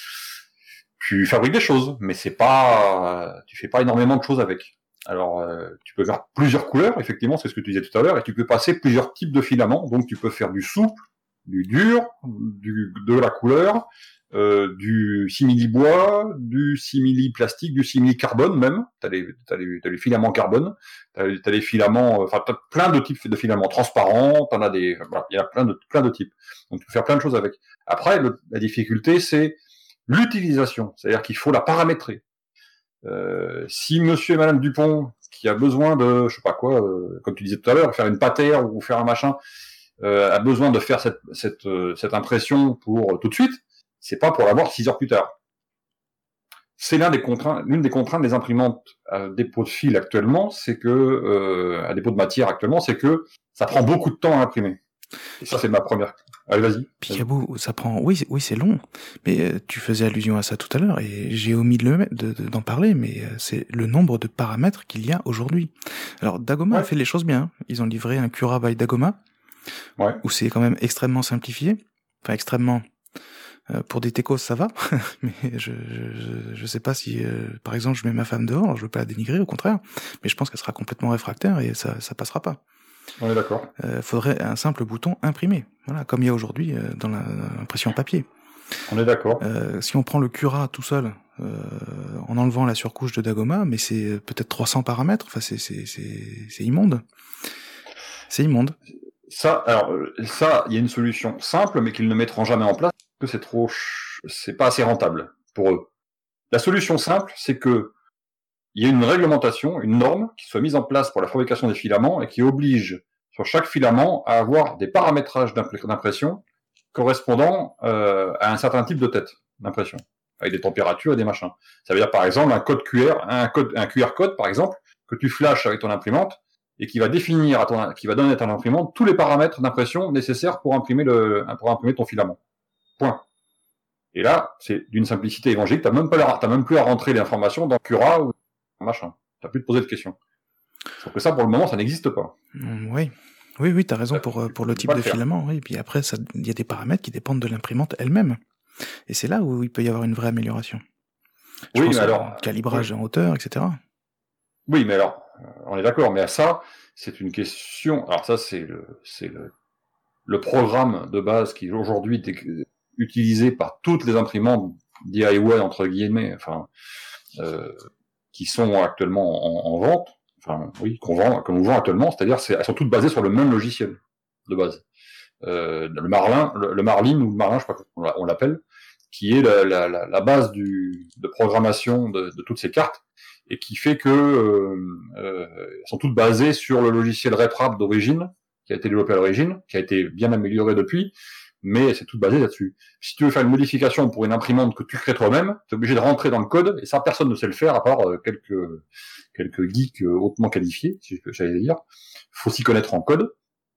tu fabriques des choses, mais c'est pas, tu fais pas énormément de choses avec. Alors, euh, tu peux faire plusieurs couleurs, effectivement, c'est ce que tu disais tout à l'heure, et tu peux passer plusieurs types de filaments. Donc, tu peux faire du souple, du dur, du de la couleur, euh, du simili-bois, du simili-plastique, du simili-carbone même. T'as les, t'as les, t'as les filaments carbone, t'as les, t'as les filaments, enfin, t'as plein de types de filaments transparents. T'en as des, voilà, il y a plein de, plein de types. Donc, tu peux faire plein de choses avec. Après, le, la difficulté, c'est l'utilisation, c'est-à-dire qu'il faut la paramétrer. Euh, si Monsieur et Madame Dupont, qui a besoin de, je sais pas quoi, euh, comme tu disais tout à l'heure, faire une patère ou faire un machin, euh, a besoin de faire cette, cette, euh, cette impression pour euh, tout de suite, c'est pas pour l'avoir six heures plus tard. C'est l'un des contraintes, l'une des contraintes des imprimantes à dépôt de fil actuellement, c'est que, euh, à dépôt de matière actuellement, c'est que ça prend beaucoup de temps à imprimer. Et ça, c'est ma première. Allez, vas-y. Picaboo, ça prend. Oui, c'est, oui, c'est long. Mais euh, tu faisais allusion à ça tout à l'heure et j'ai omis de le de, de, d'en parler. Mais euh, c'est le nombre de paramètres qu'il y a aujourd'hui. Alors Dagoma ouais. a fait les choses bien. Ils ont livré un Cura by Dagoma, ouais. où c'est quand même extrêmement simplifié. Enfin, extrêmement. Euh, pour des techos, ça va. mais je, je je sais pas si, euh, par exemple, je mets ma femme dehors. Alors je veux pas la dénigrer, au contraire. Mais je pense qu'elle sera complètement réfractaire et ça ça passera pas. On est d'accord. Euh, faudrait un simple bouton imprimer, voilà, comme il y a aujourd'hui euh, dans la, l'impression papier. On est d'accord. Euh, si on prend le Cura tout seul, euh, en enlevant la surcouche de Dagoma, mais c'est peut-être trois cents paramètres. Enfin, c'est c'est c'est c'est immonde. C'est immonde. Ça, alors ça, il y a une solution simple, mais qu'ils ne mettront jamais en place, parce que c'est trop, c'est pas assez rentable pour eux. La solution simple, c'est que il y a une réglementation, une norme qui soit mise en place pour la fabrication des filaments et qui oblige sur chaque filament à avoir des paramétrages d'impression correspondant euh, à un certain type de tête d'impression, avec des températures et des machins. Ça veut dire par exemple un code Q R, un code, un Q R code par exemple que tu flashes avec ton imprimante et qui va définir, à ton, qui va donner à ton imprimante tous les paramètres d'impression nécessaires pour imprimer le, pour imprimer ton filament. Point. Et là, c'est d'une simplicité évangélique. T'as même pas, la, t'as même plus à rentrer les informations dans Cura ou machin. T'as plus de poser de questions. Sauf que ça, pour le moment, ça n'existe pas. Mmh, oui. Oui, oui, t'as raison ça, pour, pour le type de le filament, oui. Et puis après, ça, il y a des paramètres qui dépendent de l'imprimante elle-même. Et c'est là où il peut y avoir une vraie amélioration. Je oui, pense mais au alors, calibrage oui. en hauteur, et cetera. Oui, mais alors, on est d'accord, mais à ça, c'est une question. Alors ça, c'est le, c'est le, le programme de base qui aujourd'hui est utilisé par toutes les imprimantes D I Y entre guillemets, enfin, euh, qui sont actuellement en, en vente. Enfin, oui, qu'on vend, qu'on vend actuellement, c'est-à-dire, c'est, elles sont toutes basées sur le même logiciel de base. Euh, le Marlin, le, le Marlin ou le Marlin, je sais pas comment on l'appelle, qui est la, la, la, la base du, de programmation de, de toutes ces cartes, et qui fait que euh, euh, elles sont toutes basées sur le logiciel RepRap d'origine, qui a été développé à l'origine, qui a été bien amélioré depuis, mais c'est tout basé là-dessus. Si tu veux faire une modification pour une imprimante que tu crées toi-même, tu es obligé de rentrer dans le code, et ça, personne ne sait le faire, à part euh, quelques quelques geeks euh, hautement qualifiés, si j'allais dire. Faut s'y connaître en code,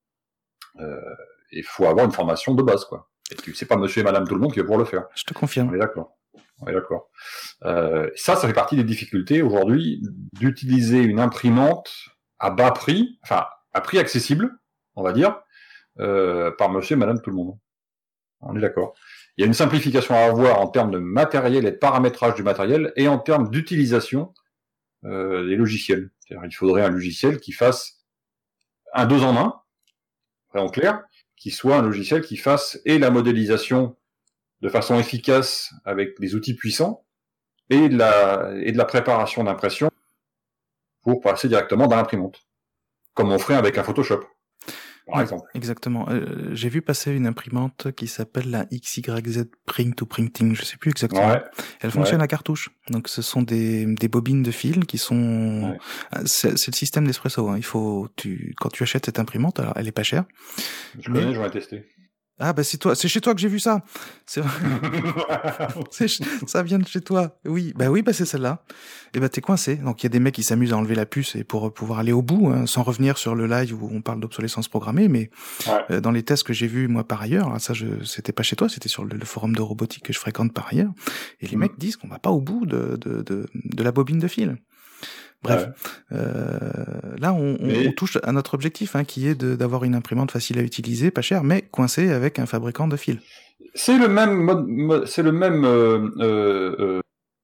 euh, et il faut avoir une formation de base, quoi. Et tu sais pas monsieur et madame tout le monde qui va pouvoir le faire. Je te confirme. On est d'accord. On est d'accord. Euh, ça, ça fait partie des difficultés aujourd'hui d'utiliser une imprimante à bas prix, enfin à prix accessible, on va dire, euh, par monsieur et madame tout le monde. On est d'accord. Il y a une simplification à avoir en termes de matériel et de paramétrage du matériel et en termes d'utilisation euh, des logiciels. C'est-à-dire, il faudrait un logiciel qui fasse un deux en un, en clair, qui soit un logiciel qui fasse et la modélisation de façon efficace avec des outils puissants et de la, et de la préparation d'impression pour passer directement dans l'imprimante. Comme on ferait avec un Photoshop, par oui, exemple. Exactement. Euh, j'ai vu passer une imprimante qui s'appelle la X Y Z Print ou Printing, je sais plus exactement. Ouais. Elle fonctionne ouais. à cartouche. Donc ce sont des, des bobines de fil qui sont... Ouais. C'est, c'est le système d'Espresso. Hein. Il faut, tu, quand tu achètes cette imprimante, alors elle est pas chère. Je connais, mais... j'en ai testé. Ah bah c'est toi, c'est chez toi que j'ai vu ça. C'est vrai. c'est, ça vient de chez toi. Oui, bah oui, bah c'est celle-là. Et bah t'es coincé. Donc il y a des mecs qui s'amusent à enlever la puce et pour pouvoir aller au bout, hein, sans revenir sur le live où on parle d'obsolescence programmée, mais ouais. euh, dans les tests que j'ai vus moi par ailleurs, alors ça je, c'était pas chez toi, c'était sur le, le forum de robotique que je fréquente par ailleurs. Et les mmh. mecs disent qu'on va pas au bout de de de, de la bobine de fil. Bref, ouais. euh, là on, mais... on touche à notre objectif, hein, qui est de, d'avoir une imprimante facile à utiliser, pas chère, mais coincée avec un fabricant de fil. C'est le même mode, mode c'est le même euh, euh,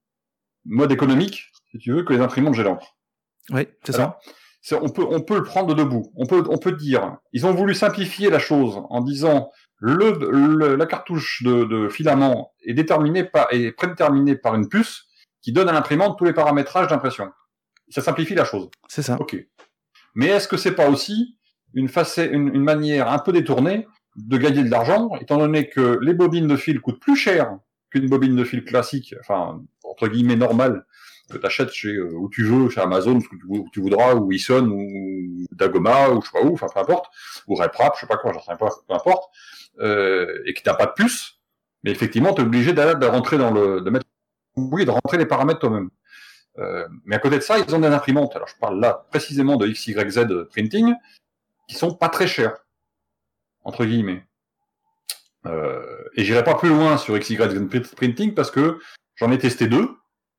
mode économique, si tu veux, que les imprimantes jet d'encre. Oui, c'est Alors, ça. C'est, on peut on peut le prendre debout. On peut on peut dire, ils ont voulu simplifier la chose en disant le, le la cartouche de, de filament est déterminée par est prédéterminée par une puce qui donne à l'imprimante tous les paramétrages d'impression. Ça simplifie la chose. C'est ça. Ok. Mais est-ce que c'est pas aussi une, facette, une, une manière un peu détournée de gagner de l'argent, étant donné que les bobines de fil coûtent plus cher qu'une bobine de fil classique, enfin, entre guillemets normale, que tu achètes chez, euh, où tu veux, chez Amazon, où tu, où tu voudras, ou Ison, ou Dagoma, ou je sais pas où, enfin, peu importe, ou RepRap, je sais pas quoi, j'en sais pas, peu importe, euh, et que t'as pas de puce, mais effectivement, t'es obligé d'aller, de rentrer dans le, de mettre, oui, de rentrer les paramètres toi-même. Euh, mais à côté de ça, ils ont des imprimantes. Alors, je parle là précisément de X Y Z Printing, qui sont pas très chères, entre guillemets. Euh, et j'irai pas plus loin sur X Y Z Printing parce que j'en ai testé deux.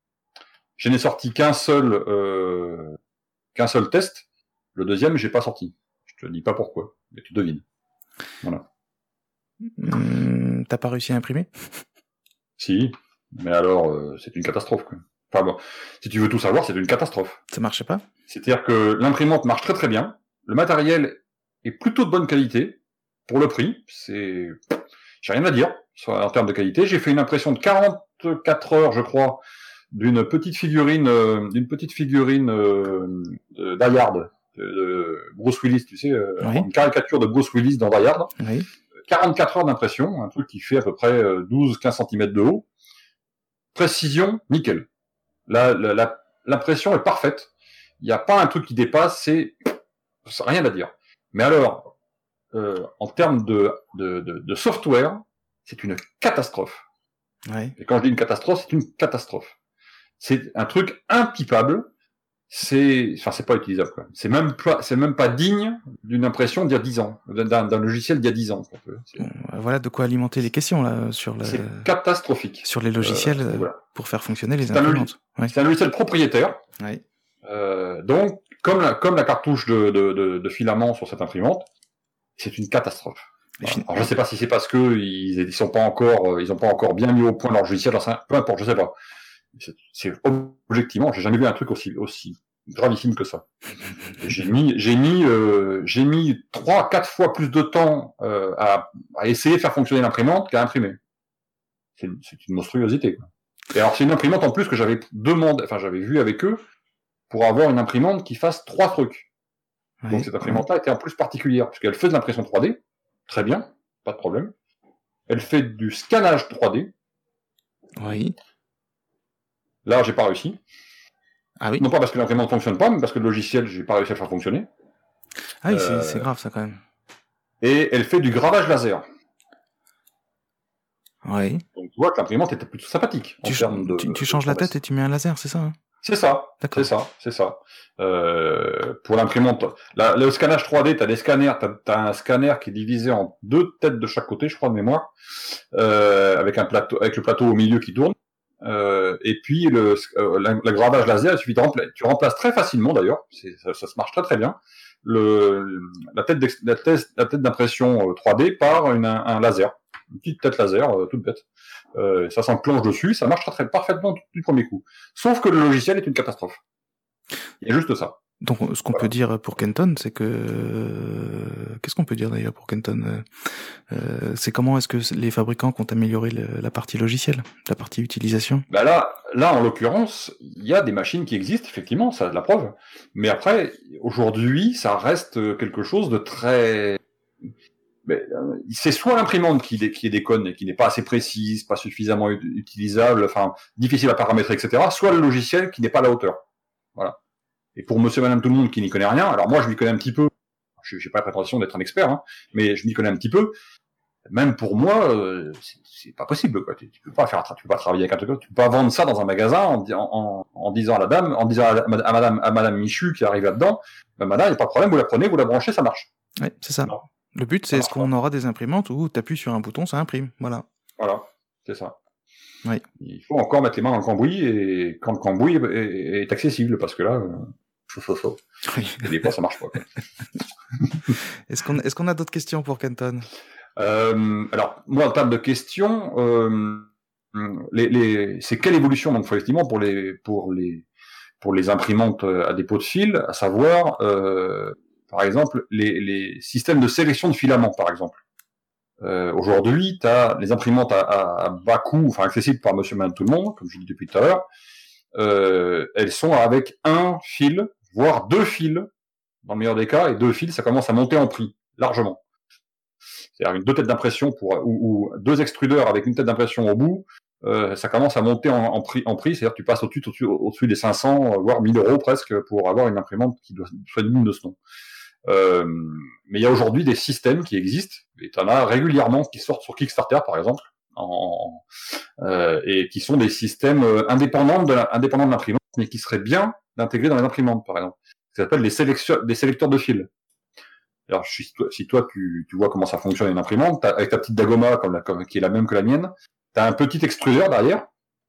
Je n'ai sorti qu'un seul, euh, qu'un seul test. Le deuxième, j'ai pas sorti. Je te dis pas pourquoi, mais tu devines. Voilà. Mmh, t'as pas réussi à imprimer ? Si, mais alors, euh, c'est une catastrophe, quoi. Enfin bon, si tu veux tout savoir, c'est une catastrophe. Ça marchait pas ? C'est-à-dire que l'imprimante marche très très bien, le matériel est plutôt de bonne qualité, pour le prix, c'est... J'ai rien à dire en termes de qualité. J'ai fait une impression de quarante-quatre heures, je crois, d'une petite figurine, euh, d'une petite figurine euh, de Die Hard, de, de Bruce Willis, tu sais, euh, oui. Une caricature de Bruce Willis dans Die Hard. Oui. quarante-quatre heures d'impression, un truc qui fait à peu près douze à quinze centimètres de haut. Précision, nickel. La, la, la, l'impression est parfaite. Il n'y a pas un truc qui dépasse, c'est, c'est rien à dire. Mais alors, euh, en termes de, de, de, de software, c'est une catastrophe. Ouais. Et quand je dis une catastrophe, c'est une catastrophe. C'est un truc impipable. C'est, enfin, c'est pas utilisable, quoi. C'est même pas, c'est même pas digne d'une impression d'il y a dix ans, d'un, d'un logiciel d'il y a dix ans. Bon, voilà de quoi alimenter les questions là sur le. C'est catastrophique. Sur les logiciels euh, voilà. Pour faire fonctionner les c'est imprimantes. Un, ouais. C'est un logiciel propriétaire. Ouais. Euh, donc, comme la, comme la cartouche de, de, de, de filament sur cette imprimante, c'est une catastrophe. Voilà. Alors, je sais pas si c'est parce que ils, ils sont pas encore, ils ont pas encore bien mis au point leur logiciel, peu importe, je sais pas. C'est, c'est objectivement, j'ai jamais vu un truc aussi aussi gravissime que ça. Et j'ai mis j'ai mis euh, j'ai mis trois quatre fois plus de temps euh, à, à essayer de faire fonctionner l'imprimante qu'à imprimer. C'est, c'est une monstruosité, quoi. Et alors c'est une imprimante en plus que j'avais demandé, enfin j'avais vu avec eux pour avoir une imprimante qui fasse trois trucs. Ouais, donc cette imprimante-là ouais. était en plus particulière parce qu'elle fait de l'impression trois D, très bien, pas de problème. Elle fait du scannage trois D. Oui. Là, j'ai pas réussi. Ah oui. Non pas parce que l'imprimante fonctionne pas, mais parce que le logiciel, j'ai pas réussi à le faire fonctionner. Ah oui, euh... c'est, c'est grave ça quand même. Et elle fait du gravage laser. Oui. Donc tu vois que l'imprimante était plutôt sympathique. Tu, en termes de, tu, tu changes la tête et tu mets un laser, c'est ça hein? C'est ça, D'accord. c'est ça, c'est ça. Euh, pour l'imprimante, la, le scannage trois D, t'as des scanners, t'as, t'as un scanner qui est divisé en deux têtes de chaque côté, je crois de mémoire, euh, avec un plateau, avec le plateau au milieu qui tourne. Euh, et puis le, euh, la, le gravage laser, il suffit de remplacer. Tu remplaces très facilement d'ailleurs, c'est, ça, ça se marche très très bien. Le, la tête, la tête, la tête d'impression trois D par une, un, un laser, une petite tête laser euh, toute bête. Euh, ça s'enclenche dessus, ça marche très, très parfaitement du, du premier coup. Sauf que le logiciel est une catastrophe. Il y a juste ça. Donc, ce qu'on voilà. peut dire pour Kenton, c'est que euh, qu'est-ce qu'on peut dire d'ailleurs pour Kenton euh, c'est comment est-ce que les fabricants ont amélioré le, la partie logicielle, la partie utilisation. Bah là, là en l'occurrence, il y a des machines qui existent effectivement, ça a de la preuve. Mais après, aujourd'hui, ça reste quelque chose de très Mais, euh, c'est soit l'imprimante qui, qui déconne et qui n'est pas assez précise, pas suffisamment utilisable, enfin difficile à paramétrer, et cetera. Soit le logiciel qui n'est pas à la hauteur. Voilà. Et pour Monsieur, Madame, tout le monde qui n'y connaît rien, alors moi je m'y connais un petit peu. Je n'ai pas la prétention d'être un expert, hein, mais je m'y connais un petit peu. Même pour moi, euh, c'est, c'est pas possible, quoi. Tu, tu peux pas faire, tu peux pas travailler avec un truc, tu peux pas vendre ça dans un magasin en, en, en disant à la dame, en disant à, la, à Madame, à Madame Michu qui arrive là-dedans, ben Madame, il n'y a pas de problème, vous la prenez, vous la branchez, ça marche. Oui, c'est ça. Non. Le but, c'est est-ce qu'on pas. aura des imprimantes où tu appuies sur un bouton, ça imprime. Voilà. Voilà, c'est ça. Oui. Il faut encore mettre les mains dans le cambouis et quand le cambouis est, est, est accessible, parce que là, euh, chaud, chaud, chaud. Oui. Et des fois, ça marche pas. Quoi. est-ce qu'on, est-ce qu'on a d'autres questions pour Kenton ? euh, Alors, moi, en termes de questions, euh, les, les, c'est quelle évolution, donc, effectivement, pour les, pour les, pour les imprimantes à dépôt de fil, à savoir, euh, par exemple, les, les systèmes de sélection de filaments, par exemple. Euh, aujourd'hui, tu as les imprimantes à, à, à bas coût, enfin accessibles par Monsieur, Madame, tout le monde, comme je l'ai dit depuis tout à l'heure. Euh, elles sont avec un fil, voire deux fils, dans le meilleur des cas, et deux fils, ça commence à monter en prix, largement. C'est-à-dire une deux têtes d'impression pour ou, ou deux extrudeurs avec une tête d'impression au bout, euh, ça commence à monter en, en prix, en prix, c'est-à-dire que tu passes au-dessus, au-dessus, au-dessus des cinq cents, voire mille euros presque, pour avoir une imprimante qui doit, soit digne de ce nom. Euh, mais il y a aujourd'hui des systèmes qui existent, et tu en as régulièrement qui sortent sur Kickstarter par exemple, en, euh, et qui sont des systèmes indépendants de, la, indépendants de l'imprimante, mais qui seraient bien d'intégrer dans les imprimantes par exemple. Ça s'appelle des, sélection, des sélecteurs de fils. Alors si toi, si toi tu, tu vois comment ça fonctionne une imprimante, avec ta petite Dagoma comme la, comme, qui est la même que la mienne, tu as un petit extrudeur derrière,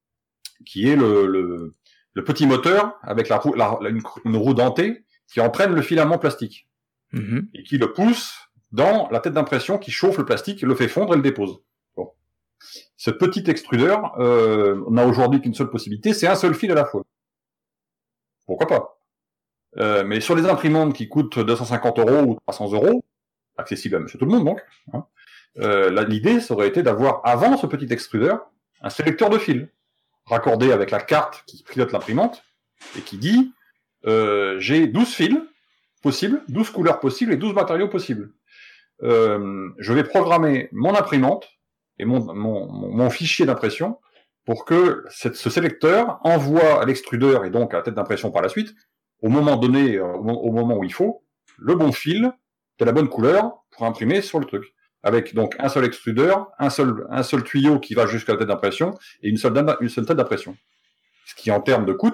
qui est le, le, le petit moteur avec la roue, la, une, une roue dentée qui entraîne le filament plastique. Mmh. Et qui le pousse dans la tête d'impression qui chauffe le plastique, le fait fondre et le dépose. Bon. Ce petit extrudeur euh, n'a aujourd'hui qu'une seule possibilité, c'est un seul fil à la fois. Pourquoi pas euh, Mais sur les imprimantes qui coûtent deux cent cinquante euros ou trois cents euros, accessible à monsieur tout le monde donc, hein, euh, là, l'idée ça aurait été d'avoir avant ce petit extrudeur un sélecteur de fils, raccordé avec la carte qui pilote l'imprimante, et qui dit euh, j'ai douze fils possibles, douze couleurs possibles et douze matériaux possibles. Euh, je vais programmer mon imprimante et mon, mon, mon fichier d'impression pour que cette, ce sélecteur envoie à l'extrudeur et donc à la tête d'impression par la suite, au moment donné, euh, au moment où il faut, le bon fil de la bonne couleur pour imprimer sur le truc. Avec donc un seul extrudeur, un seul, un seul tuyau qui va jusqu'à la tête d'impression et une seule, une seule tête d'impression. Ce qui, en termes de coût,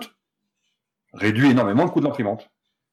réduit énormément le coût de l'imprimante.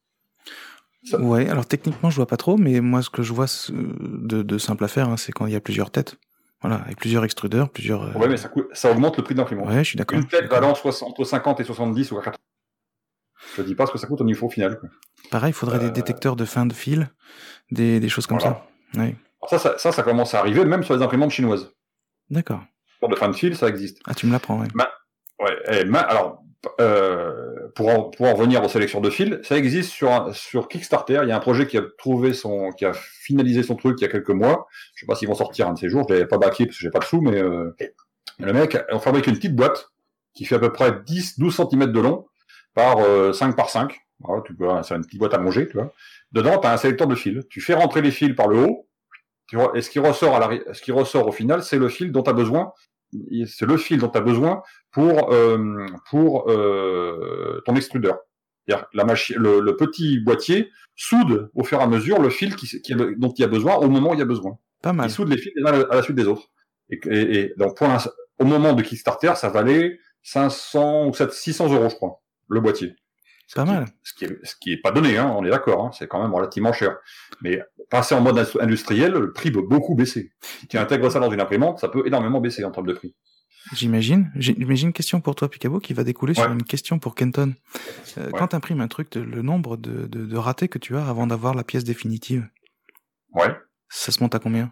Ça... Ouais, alors techniquement je vois pas trop, mais moi ce que je vois de, de simple à faire, hein, c'est quand il y a plusieurs têtes, voilà, avec plusieurs extrudeurs, plusieurs. Euh... Ouais, mais ça, coûte, ça augmente le prix de l'imprimante. Ouais, je suis d'accord. Une tête valant entre cinquante et soixante-dix ou à quatre-vingts. Je te dis pas ce que ça coûte au niveau final. Quoi. Pareil, il faudrait euh... des détecteurs de fin de fil, des, des choses comme voilà. ça. Ouais. Ça, ça, ça, ça commence à arriver même sur les imprimantes chinoises. D'accord. De fin de fil, ça existe. Ah, tu me l'apprends, ouais. Ma... Ouais. Et, alors, euh, pour en, pour en revenir aux sélections de fils, ça existe sur un, sur Kickstarter. Il y a un projet qui a trouvé son, qui a finalisé son truc il y a quelques mois. Je sais pas s'ils vont sortir un de ces jours. Je l'avais pas backé parce que j'ai pas de sous, mais euh, le mec, on fabrique une petite boîte qui fait à peu près dix douze centimètres de long par euh, cinq par cinq. Voilà, tu vois, c'est une petite boîte à manger, tu vois. Dedans, tu as un sélecteur de fils. Tu fais rentrer les fils par le haut, tu vois, et ce qui ressort à la, ce qui ressort au final, c'est le fil dont tu as besoin. C'est le fil dont tu as besoin pour euh, pour euh, ton extrudeur. C'est-à-dire la machine, le, le petit boîtier soude au fur et à mesure le fil qui, qui, dont il y a besoin au moment où il y a besoin. Pas mal. Il soude les fils les uns à la suite des autres. Et, et, et donc pour au moment de Kickstarter, ça valait cinq cents ou six cents euros, je crois, le boîtier. Pas ce mal. Qui, ce qui est, ce qui est pas donné, hein, on est d'accord, hein, c'est quand même relativement cher. Mais passer en mode industriel, le prix peut beaucoup baisser. Si tu intègres ça dans une imprimante, ça peut énormément baisser en termes de prix. J'imagine. J'imagine une question pour toi, Picabo, qui va découler ouais. sur une question pour Kenton. Euh, ouais. Quand tu imprimes un truc, le nombre de, de, de ratés que tu as avant d'avoir la pièce définitive, ouais. ça se monte à combien?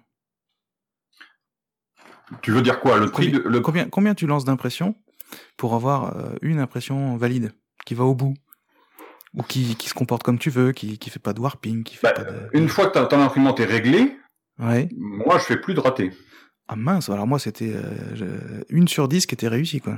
Tu veux dire quoi? Le prix combien, de, le... combien, combien tu lances d'impression pour avoir euh, une impression valide, qui va au bout? Ou qui, qui se comporte comme tu veux, qui, qui fait pas de warping, qui fait bah, pas de... Une fois que ton imprimante est réglée, ouais. moi je fais plus de ratés. Ah mince, alors moi c'était euh, une sur dix qui était réussie, quoi.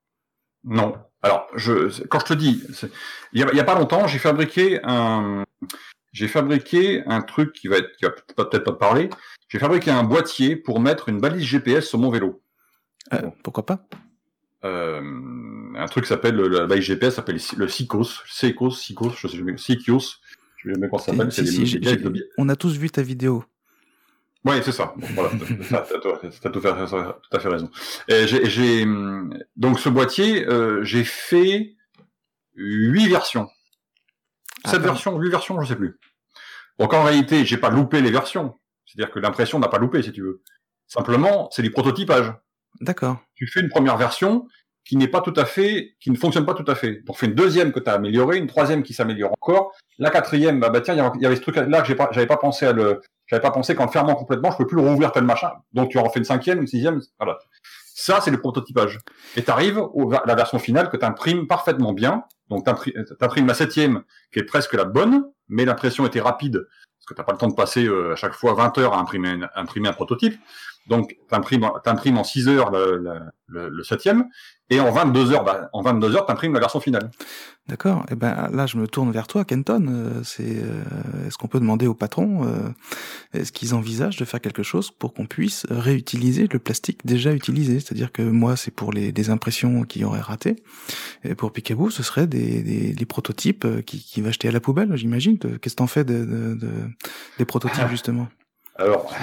Non. Alors, je, quand je te dis, il y a, y a pas longtemps, j'ai fabriqué un, j'ai fabriqué un truc qui va être, qui va peut-être pas te parler. J'ai fabriqué un boîtier pour mettre une balise G P S sur mon vélo. Euh, bon. Pourquoi pas? Euh, un truc qui s'appelle, la balise G P S s'appelle le Sicos, Sicos, Sicos, je sais jamais, Sicos, je sais jamais comment ça s'appelle. Si, si, si, des, de... On a tous vu ta vidéo. Oui, c'est ça. Bon, voilà, t'as, t'as, t'as tout, fait, tout à fait raison. Et j'ai, j'ai, donc ce boîtier, euh, j'ai fait huit versions. Sept ah, versions, huit versions, je sais plus. Donc en réalité, j'ai pas loupé les versions. C'est-à-dire que l'impression n'a pas loupé, si tu veux. Simplement, c'est du prototypage. D'accord. Tu fais une première version qui n'est pas tout à fait, qui ne fonctionne pas tout à fait. Donc fais une deuxième que tu as améliorée, une troisième qui s'améliore encore. La quatrième, bah, bah tiens, il y avait ce truc-là que j'ai pas, j'avais pas pensé à le, j'avais pas pensé qu'en le fermant complètement, je peux plus le rouvrir tel machin. Donc tu en refais une cinquième, une sixième, voilà. Ça, c'est le prototypage. Et tu arrives à la version finale que tu imprimes parfaitement bien. Donc tu imprimes la septième, qui est presque la bonne, mais l'impression était rapide, parce que t'as pas le temps de passer euh, à chaque fois vingt heures à imprimer, une, à imprimer un prototype. Donc t'imprimes, t'imprimes en six heures le, le, le, le septième, et en vingt-deux heures, bah, en vingt-deux heures, t'imprimes la version finale. D'accord. Et ben là, je me tourne vers toi, Kenton. Euh, c'est, euh, est-ce qu'on peut demander au patron, euh, est-ce qu'ils envisagent de faire quelque chose pour qu'on puisse réutiliser le plastique déjà utilisé? C'est-à-dire que moi, c'est pour les, des impressions qui auraient raté, et pour Picabo, ce serait des, des, des prototypes qui, qui va jeter à la poubelle, j'imagine. Qu'est-ce que t'en fais de, de, de, des prototypes justement? Alors,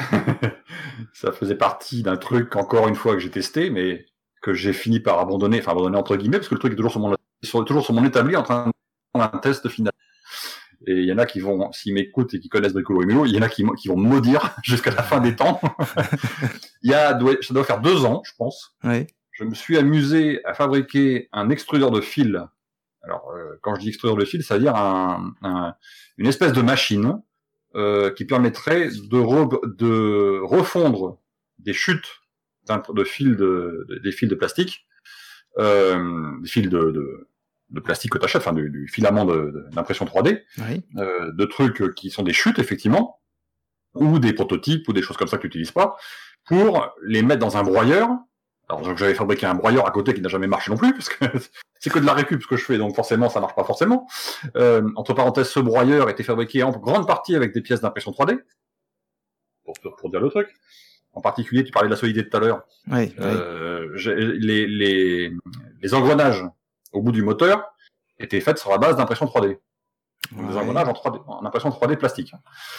ça faisait partie d'un truc, encore une fois, que j'ai testé, mais que j'ai fini par abandonner, enfin abandonner entre guillemets, parce que le truc est toujours sur mon, sur, toujours sur mon établi en train de faire un test final. Et il y en a qui vont, s'ils m'écoutent et qui connaissent Bricolo et Mélo, il y en a qui, qui vont me maudire jusqu'à la fin des temps. Il y a, ça doit faire deux ans, je pense. Oui. Je me suis amusé à fabriquer un extrudeur de fil. Alors, euh, quand je dis extrudeur de fil, ça veut dire un, un, une espèce de machine Euh, qui permettrait de, re, de refondre des chutes de fils de, de, des fils de plastique, euh, des fils de, de, de plastique que tu achètes, enfin du, du filament d'impression trois D, oui. euh, de trucs qui sont des chutes effectivement, ou des prototypes ou des choses comme ça que tu n'utilises pas, pour les mettre dans un broyeur. Alors donc, j'avais fabriqué un broyeur à côté qui n'a jamais marché non plus, parce que c'est que de la récup ce que je fais, donc forcément ça marche pas forcément. Euh, entre parenthèses, ce broyeur était fabriqué en grande partie avec des pièces d'impression trois D, pour, pour dire le truc. En particulier, tu parlais de la solidité tout à l'heure. Oui, euh, oui. Les, les, les engrenages au bout du moteur étaient faits sur la base d'impression trois D. Donc, oui. Des engrenages en, trois D, en impression trois D plastique.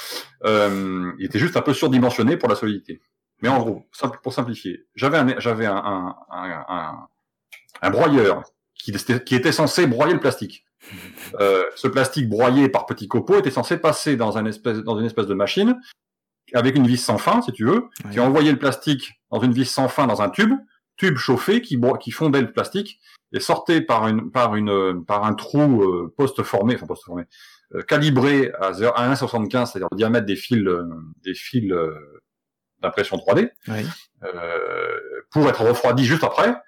Euh, il était juste un peu surdimensionné pour la solidité. Mais en gros, simple, pour simplifier, j'avais un, j'avais un, un, un, un, un broyeur qui, qui était censé broyer le plastique. Euh, ce plastique broyé par petits copeaux était censé passer dans, un espèce, dans une espèce de machine avec une vis sans fin, si tu veux, oui. Qui envoyait le plastique dans une vis sans fin dans un tube, tube chauffé qui, qui fondait le plastique et sortait par une, par une, par un trou euh, post-formé, enfin post-formé, euh, calibré à, à un virgule soixante-quinze, c'est-à-dire le diamètre des fils, euh, des fils euh, d'impression trois D, oui. euh, pour être refroidi juste après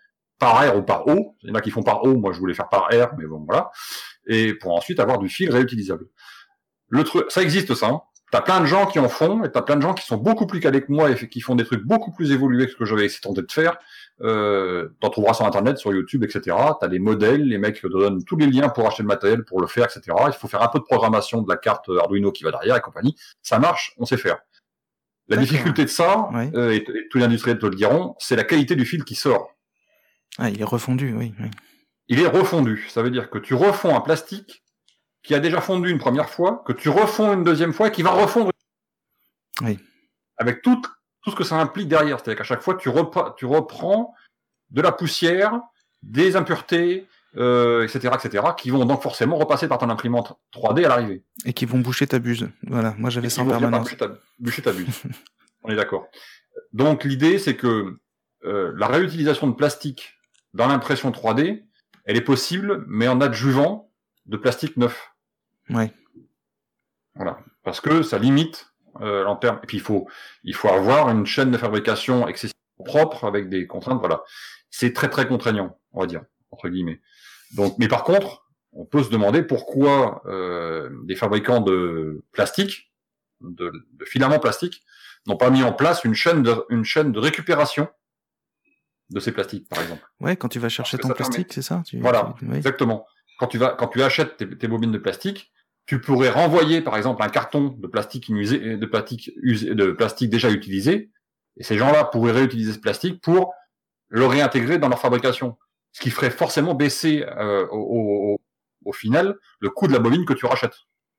par air ou par eau. Il y en a qui font par eau, moi je voulais faire par air, mais bon voilà. Et pour ensuite avoir du fil réutilisable. Le truc, ça existe ça. Hein. T'as plein de gens qui en font, et t'as plein de gens qui sont beaucoup plus calés que moi et qui font des trucs beaucoup plus évolués que ce que j'avais essayé tenté de faire. Euh, t'en trouveras sur internet, sur YouTube, et cetera. T'as des modèles, les mecs te donnent tous les liens pour acheter le matériel, pour le faire, et cetera. Il faut faire un peu de programmation de la carte Arduino qui va derrière et compagnie. Ça marche, on sait faire. La D'accord. difficulté de ça, Oui. euh, et, et tous les industriels te le diront, c'est la qualité du fil qui sort. Ah, il est refondu, oui. oui. Il est refondu. Ça veut dire que tu refonds un plastique qui a déjà fondu une première fois, que tu refonds une deuxième fois et qui va refondre. Oui. Avec tout, tout ce que ça implique derrière. C'est-à-dire qu'à chaque fois, tu, repre- tu reprends de la poussière, des impuretés, euh, et cetera, et cetera, qui vont donc forcément repasser par ton imprimante trois D à l'arrivée. Et qui vont boucher ta buse. Voilà, moi j'avais Et ça qui en vont finir par permanence. bûcher ta, bûcher ta buse. On est d'accord. Donc l'idée, c'est que euh, la réutilisation de plastique dans l'impression trois D, elle est possible, mais en adjuvant de plastique neuf. Ouais. Voilà. Parce que ça limite euh, en termes. Et puis il faut, il faut avoir une chaîne de fabrication excessivement propre avec des contraintes. Voilà. C'est très très contraignant, on va dire, entre guillemets. Donc, mais par contre, on peut se demander pourquoi euh, des fabricants de plastique, de, de filaments plastiques, n'ont pas mis en place une chaîne de, une chaîne de récupération de ces plastiques, par exemple. Ouais, quand tu vas chercher ton plastique, permet... c'est ça tu, Voilà, tu... Oui. exactement. Quand tu vas, quand tu achètes tes, tes bobines de plastique, tu pourrais renvoyer, par exemple, un carton de plastique inusé, de plastique usé, de plastique déjà utilisé, et ces gens-là pourraient réutiliser ce plastique pour le réintégrer dans leur fabrication, ce qui ferait forcément baisser euh, au, au, au final le coût de la bobine que tu rachètes.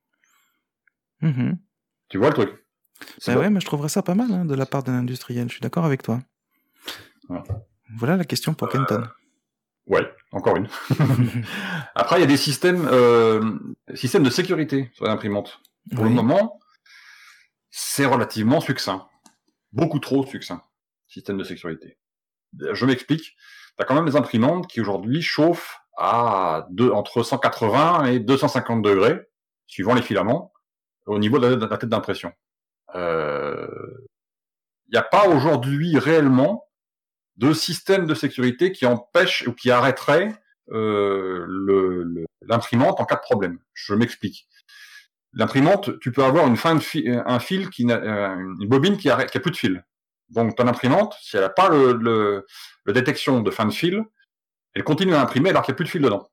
Mm-hmm. Tu vois le truc? Bah ouais, mais je trouverais ça pas mal hein, de la part d'un industriel. Je suis d'accord avec toi. Ouais. Voilà la question pour euh... Kenton. Ouais, encore une. Après, il y a des systèmes, euh, systèmes de sécurité sur l'imprimante. Pour oui. le moment, c'est relativement succinct. Beaucoup trop succinct. Système de sécurité. Je m'explique. T'as quand même des imprimantes qui aujourd'hui chauffent à deux, entre cent quatre-vingts et deux cent cinquante degrés, suivant les filaments, au niveau de la, de la tête d'impression. Il euh, n'y a pas aujourd'hui réellement de système de sécurité qui empêche ou qui arrêterait euh, le, le, l'imprimante en cas de problème. Je m'explique. L'imprimante, tu peux avoir une fin de fil, un fil qui n'a, une bobine qui a, qui a plus de fil. Donc ton imprimante, si elle n'a pas le, le, le détection de fin de fil, elle continue à imprimer alors qu'il n'y a plus de fil dedans.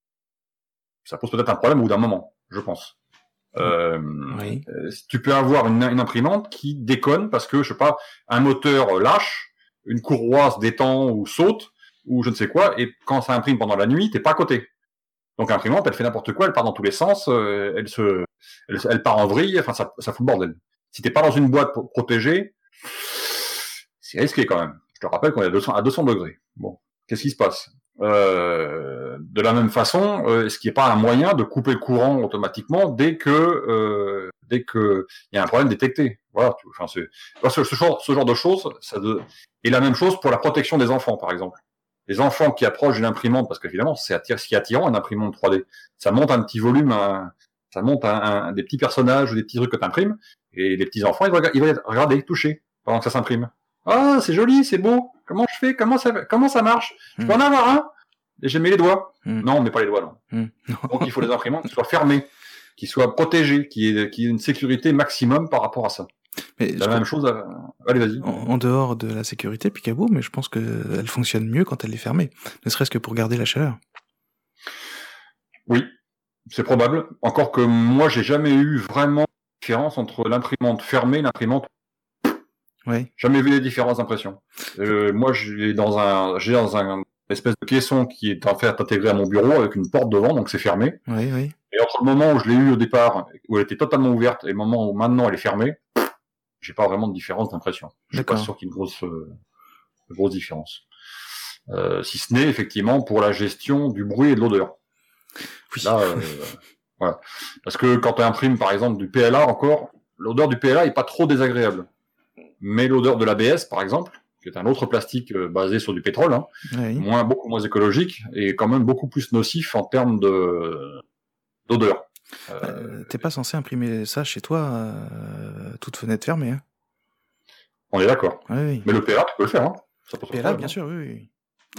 Ça pose peut-être un problème au bout d'un moment, je pense. Euh, oui. Tu peux avoir une, une imprimante qui déconne parce que, je sais pas, un moteur lâche, une courroie se détend ou saute, ou je ne sais quoi, et quand ça imprime pendant la nuit, t'es pas à côté. Donc l'imprimante, elle fait n'importe quoi, elle part dans tous les sens, euh, elle se, elle, elle part en vrille, enfin ça, ça fout le bordel. Si t'es pas dans une boîte protégée, c'est risqué quand même. Je te rappelle qu'on est à deux cents, à deux cents degrés. Bon, qu'est-ce qui se passe? Euh, de la même façon, euh, est-ce qu'il n'y a pas un moyen de couper le courant automatiquement dès que euh, dès que il y a un problème détecté? Voilà. Tu, enfin, c'est, ce, ce, genre, ce genre de choses, ça de, et la même chose pour la protection des enfants, par exemple. Les enfants qui approchent d'une imprimante, parce qu'évidemment, c'est attir, ce qui est attirant, une imprimante trois D. Ça monte un petit volume, un, ça monte un, un, des petits personnages ou des petits trucs que tu imprimes, et les petits enfants, ils vont, ils vont regarder, toucher pendant que ça s'imprime. Ah, c'est joli, c'est beau. Comment je fais? Comment ça, comment ça marche? Je peux mmh. en avoir un? Et j'ai mis les doigts. Mmh. Non, on met pas les doigts, non. Mmh. Donc, il faut les imprimantes qui soient fermées, qui soient protégées, qui aient, qui aient une sécurité maximum par rapport à ça. Mais la même chose, à... allez, vas-y. En, en dehors de la sécurité, Picabo, mais je pense qu'elle fonctionne mieux quand elle est fermée. Ne serait-ce que pour garder la chaleur. Oui, c'est probable. Encore que moi, j'ai jamais eu vraiment de différence entre l'imprimante fermée et l'imprimante. Oui. Jamais vu les différentes impressions. Euh, moi, j'ai dans un, j'ai dans un espèce de caisson qui est en fait intégré à mon bureau avec une porte devant, donc c'est fermé. Oui, oui. Et entre le moment où je l'ai eu au départ, où elle était totalement ouverte, et le moment où maintenant elle est fermée, j'ai pas vraiment de différence d'impression. Je suis pas sûr qu'il y ait une grosse, euh, une grosse différence. Euh, si ce n'est effectivement pour la gestion du bruit et de l'odeur. Oui. Là, euh, voilà. Parce que quand tu imprimes par exemple du P L A encore, l'odeur du P L A est pas trop désagréable. Mais l'odeur de l'A B S, par exemple, qui est un autre plastique euh, basé sur du pétrole, hein, oui. moins, beaucoup moins écologique, et quand même beaucoup plus nocif en termes de, d'odeur. Euh, euh, t'es pas censé imprimer ça chez toi, euh, toute fenêtre fermée, hein. On est d'accord. Oui, oui. Mais le P L A, tu peux le faire, hein. Ça P L A, bien sûr, oui, oui. Ouais.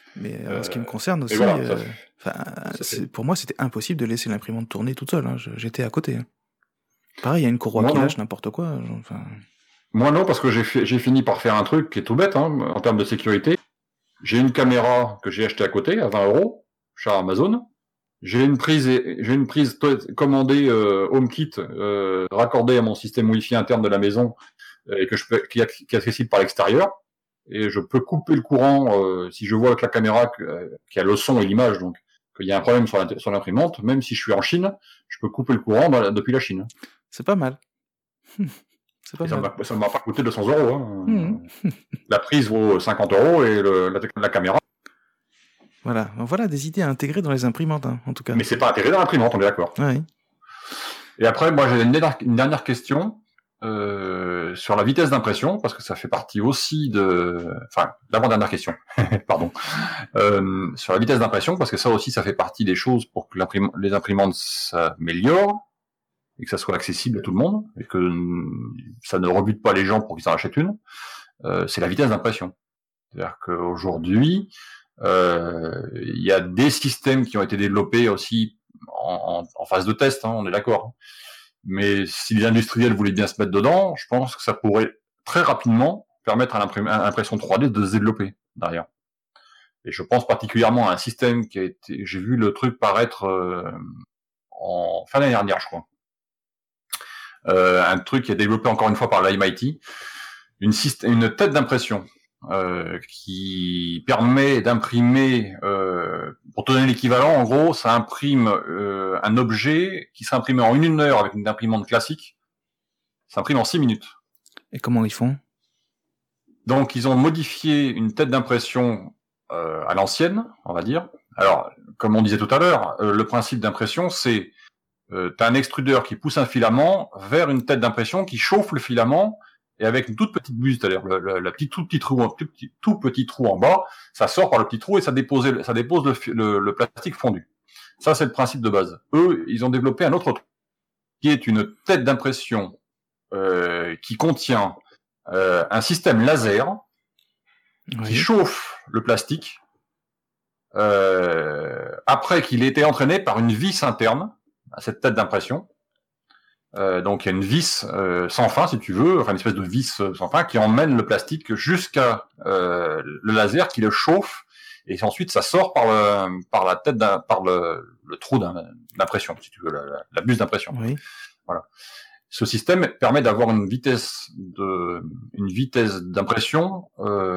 Mais en Euh, ce qui me concerne aussi, voilà, euh, ça, ça c'est... pour moi, c'était impossible de laisser l'imprimante tourner toute seule. Hein. J'étais à côté. Hein. Pareil, il y a une courroie Moi, qui non. lâche n'importe quoi. Enfin... Moi non, parce que j'ai, fait, j'ai fini par faire un truc qui est tout bête hein, en termes de sécurité. J'ai une caméra que j'ai achetée à côté à vingt euros chez Amazon. J'ai une prise, j'ai une prise commandée euh, HomeKit euh, raccordée à mon système Wi-Fi interne de la maison euh, et que je peux, qui, est, qui est accessible par l'extérieur. Et je peux couper le courant euh, si je vois avec la caméra que, euh, qu'il y a le son et l'image, donc qu'il y a un problème sur, la, sur l'imprimante. Même si je suis en Chine, je peux couper le courant dans la, depuis la Chine. C'est pas mal. C'est pas et mal. Ça m'a, ça m'a pas coûté deux cents euros. Hein. Mmh. La prise vaut cinquante euros et le, la, la caméra. Voilà, voilà des idées à intégrer dans les imprimantes, hein, en tout cas. Mais c'est pas intégré dans l'imprimante, on est d'accord. Oui. Et après, moi, j'ai une dernière, une dernière question euh, sur la vitesse d'impression, parce que ça fait partie aussi de... Enfin, l'avant-dernière question, pardon. Euh, sur la vitesse d'impression, parce que ça aussi, ça fait partie des choses pour que l'imprim... les imprimantes s'améliorent et que ça soit accessible à tout le monde, et que ça ne rebute pas les gens pour qu'ils en achètent une. Euh, c'est la vitesse d'impression. C'est-à-dire qu'aujourd'hui... Il euh, y a des systèmes qui ont été développés aussi en, en, en phase de test, hein, on est d'accord. Mais si les industriels voulaient bien se mettre dedans, je pense que ça pourrait très rapidement permettre à l'impression trois D de se développer derrière. Et je pense particulièrement à un système qui a été, j'ai vu le truc paraître euh, en fin d'année dernière, je crois. Euh, un truc qui est développé encore une fois par l'M I T, une, une tête d'impression. Euh, qui permet d'imprimer, euh, pour te donner l'équivalent, en gros, ça imprime euh, un objet qui serait imprimé en une heure avec une imprimante classique, ça imprime en six minutes. Et comment ils font ? Donc, ils ont modifié une tête d'impression euh, à l'ancienne, on va dire. Alors, comme on disait tout à l'heure, euh, le principe d'impression, c'est euh, tu as un extrudeur qui pousse un filament vers une tête d'impression qui chauffe le filament. Et avec une toute petite buse, c'est-à-dire le, le, le petit tout petit trou, tout petit, tout petit trou en bas, ça sort par le petit trou et ça dépose, ça dépose le, le, le plastique fondu. Ça, c'est le principe de base. Eux, ils ont développé un autre truc, qui est une tête d'impression euh, qui contient euh, un système laser oui. qui chauffe le plastique euh, après qu'il ait été entraîné par une vis interne à cette tête d'impression. Euh, donc il y a une vis euh, sans fin, si tu veux, enfin une espèce de vis euh, sans fin qui emmène le plastique jusqu'à euh, le laser qui le chauffe et ensuite ça sort par le par la tête d'un, par le, le trou d'un, d'impression, si tu veux, la, la, la buse d'impression. Oui. Voilà. Ce système permet d'avoir une vitesse de une vitesse d'impression,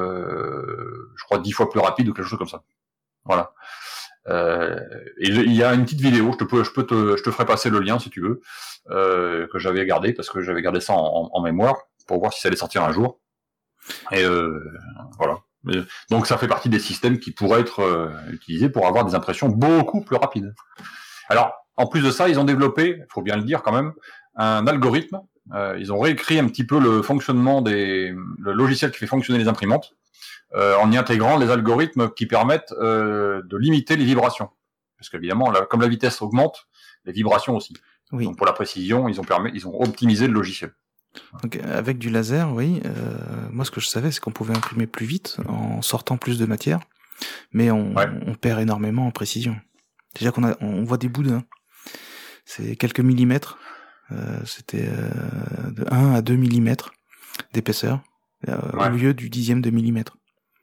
euh, je crois dix fois plus rapide ou quelque chose comme ça. Voilà. Euh, et il y a une petite vidéo, je te peux, je peux te, je te ferai passer le lien si tu veux, euh, que j'avais gardé parce que j'avais gardé ça en, en mémoire pour voir si ça allait sortir un jour. Et euh, voilà. Donc ça fait partie des systèmes qui pourraient être euh, utilisés pour avoir des impressions beaucoup plus rapides. Alors en plus de ça, ils ont développé, il faut bien le dire quand même, un algorithme. Euh, ils ont réécrit un petit peu le fonctionnement des, le logiciel qui fait fonctionner les imprimantes. Euh, en y intégrant les algorithmes qui permettent euh, de limiter les vibrations. Parce qu'évidemment, là, comme la vitesse augmente, les vibrations aussi. Oui. Donc pour la précision, ils ont, permis, ils ont optimisé le logiciel. Donc, avec du laser, oui. Euh, moi, ce que je savais, c'est qu'on pouvait imprimer plus vite en sortant plus de matière, mais on, ouais. on perd énormément en précision. Déjà qu'on a, on voit des boudins. C'est quelques millimètres. Euh, c'était euh, de un à deux millimètres d'épaisseur, euh, ouais. au lieu du dixième de millimètre.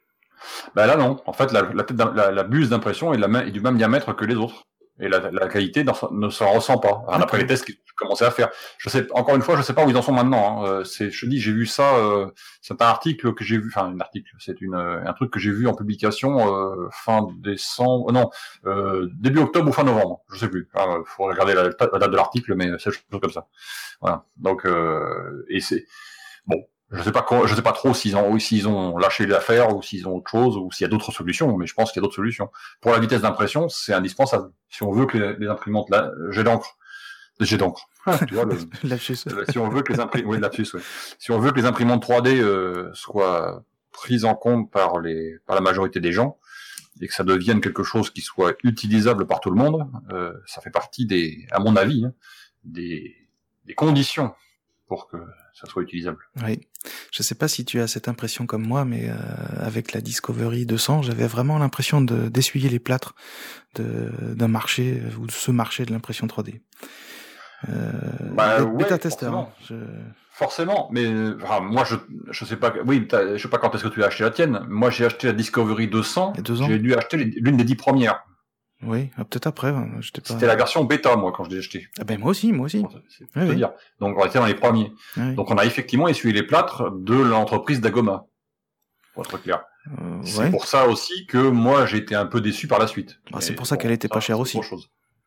Ben là non, en fait la, la, tête la, la buse d'impression est, la même, est du même diamètre que les autres et la, la qualité ne s'en ressent pas. Alors, après les tests qu'ils commençaient à faire, je sais encore une fois, je sais pas où ils en sont maintenant. Hein. C'est, je dis, j'ai vu ça, euh, c'est un article que j'ai vu, enfin un article, c'est une un truc que j'ai vu en publication euh, fin décembre, non euh, début octobre ou fin novembre, je sais plus. Il euh, faut regarder la, la date de l'article, mais c'est quelque chose comme ça. Voilà. Donc euh, et c'est bon. Je sais pas, je sais pas trop s'ils ont, s'ils ont lâché l'affaire ou s'ils ont autre chose ou s'il y a d'autres solutions, mais je pense qu'il y a d'autres solutions. Pour la vitesse d'impression, c'est indispensable. Si on veut que les, les imprimantes, là, jet d'encre, jet d'encre. Tu vois, le, si on veut que les imprimantes, oui, lapsus, oui. Si on veut que les imprimantes trois D euh, soient prises en compte par les, par la majorité des gens et que ça devienne quelque chose qui soit utilisable par tout le monde, euh, ça fait partie des, à mon avis, hein, des, des conditions pour que ça soit utilisable. Oui. Je sais pas si tu as cette impression comme moi, mais euh, avec la Discovery deux cents, j'avais vraiment l'impression de d'essuyer les plâtres de d'un marché ou de ce marché de l'impression trois D. Euh, bah, ouais, bêta-testeur. Hein, je... Forcément, mais enfin, moi je je sais pas, oui, je sais pas quand est-ce que tu as acheté la tienne. Moi j'ai acheté la Discovery deux cents. Il y a deux ans. J'ai dû acheter l'une des dix premières. Oui, peut-être après. Hein, j'étais pas... C'était la version bêta, moi, quand je l'ai acheté. Ah ben moi aussi, moi aussi. C'est oui, oui. dire. Donc on était dans les premiers. Oui. Donc on a effectivement essuyé les plâtres de l'entreprise Dagoma, pour être clair. Euh, c'est ouais. pour ça aussi que moi j'ai été un peu déçu par la suite. Ah, c'est pour ça bon, qu'elle était ça, pas chère aussi. Chose.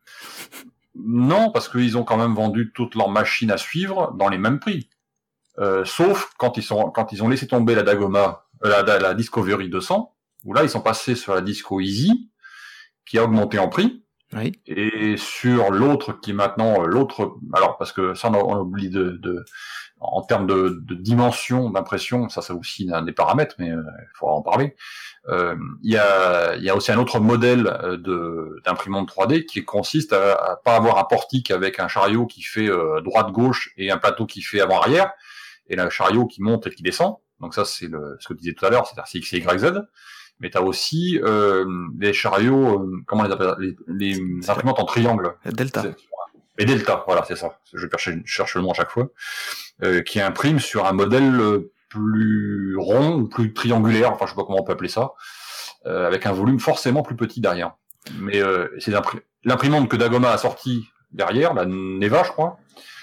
Non, parce qu'ils ont quand même vendu toutes leurs machines à suivre dans les mêmes prix. Euh, sauf quand ils sont quand ils ont laissé tomber la Dagoma, euh, la, la, la Discovery deux cents, où là ils sont passés sur la Disco Easy, qui a augmenté en prix, oui. Et sur l'autre qui est maintenant l'autre, alors parce que ça on, on oublie de, de en termes de, de dimension d'impression, ça c'est aussi un des paramètres, mais il euh, faut en parler. Euh, il y a il y a aussi un autre modèle de d'imprimante trois D qui consiste à, à pas avoir un portique avec un chariot qui fait euh, droite gauche et un plateau qui fait avant arrière, et le chariot qui monte et qui descend. Donc ça c'est le ce que tu disais tout à l'heure, c'est-à-dire c'est X et Y Z. Mais t'as aussi euh, des chariots, euh, comment on les appelle, les, les imprimantes en triangle. Delta. Et Delta, voilà, c'est ça. Je cherche, je cherche le nom à chaque fois. Euh, qui imprime sur un modèle plus rond ou plus triangulaire, enfin je sais pas comment on peut appeler ça, euh, avec un volume forcément plus petit derrière. Mais euh, c'est l'imprimante que Dagoma a sortie derrière, la Neva je crois,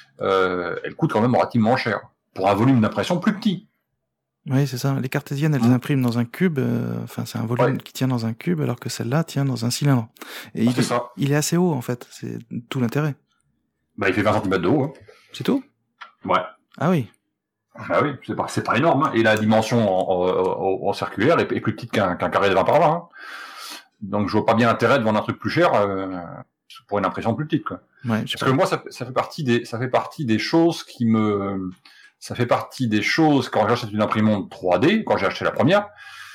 euh, elle coûte quand même relativement cher, pour un volume d'impression plus petit. Oui, c'est ça. Les cartésiennes, elles mmh. impriment dans un cube. Euh, enfin, c'est un volume ouais. qui tient dans un cube, alors que celle-là tient dans un cylindre. Et ah, il, est, ça. il est assez haut, en fait. C'est tout l'intérêt. Bah, il fait vingt centimètres de haut. Hein. C'est tout ? Ouais. Ah oui. Ah oui, c'est pas, c'est pas énorme. Hein. Et la dimension en, en, en circulaire est, est plus petite qu'un, qu'un carré de vingt par vingt. Hein. Donc, je vois pas bien l'intérêt de vendre un truc plus cher euh, pour une impression plus petite, quoi. Ouais, Parce pas. que moi, ça, ça fait partie des, ça fait partie des choses qui me Ça fait partie des choses, quand j'achète une imprimante trois D, quand j'ai acheté la première,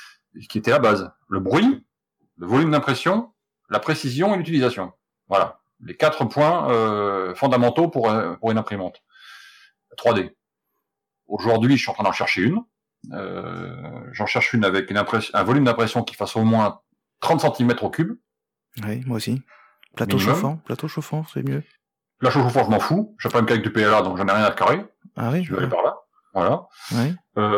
qui était la base. Le bruit, le volume d'impression, la précision et l'utilisation. Voilà. Les quatre points euh, fondamentaux pour, pour une imprimante trois D. Aujourd'hui, je suis en train d'en chercher une. Euh, j'en cherche une avec une impression, un volume d'impression qui fasse au moins trente centimètres au cube. Oui, moi aussi. Plateau minimum. chauffant, plateau chauffant, c'est mieux. La chauffe chauffant, je m'en fous. J'ai pas une avec du P L A, donc j'en ai rien à carrer. Ah oui. Je vais aller par là. Voilà. Oui.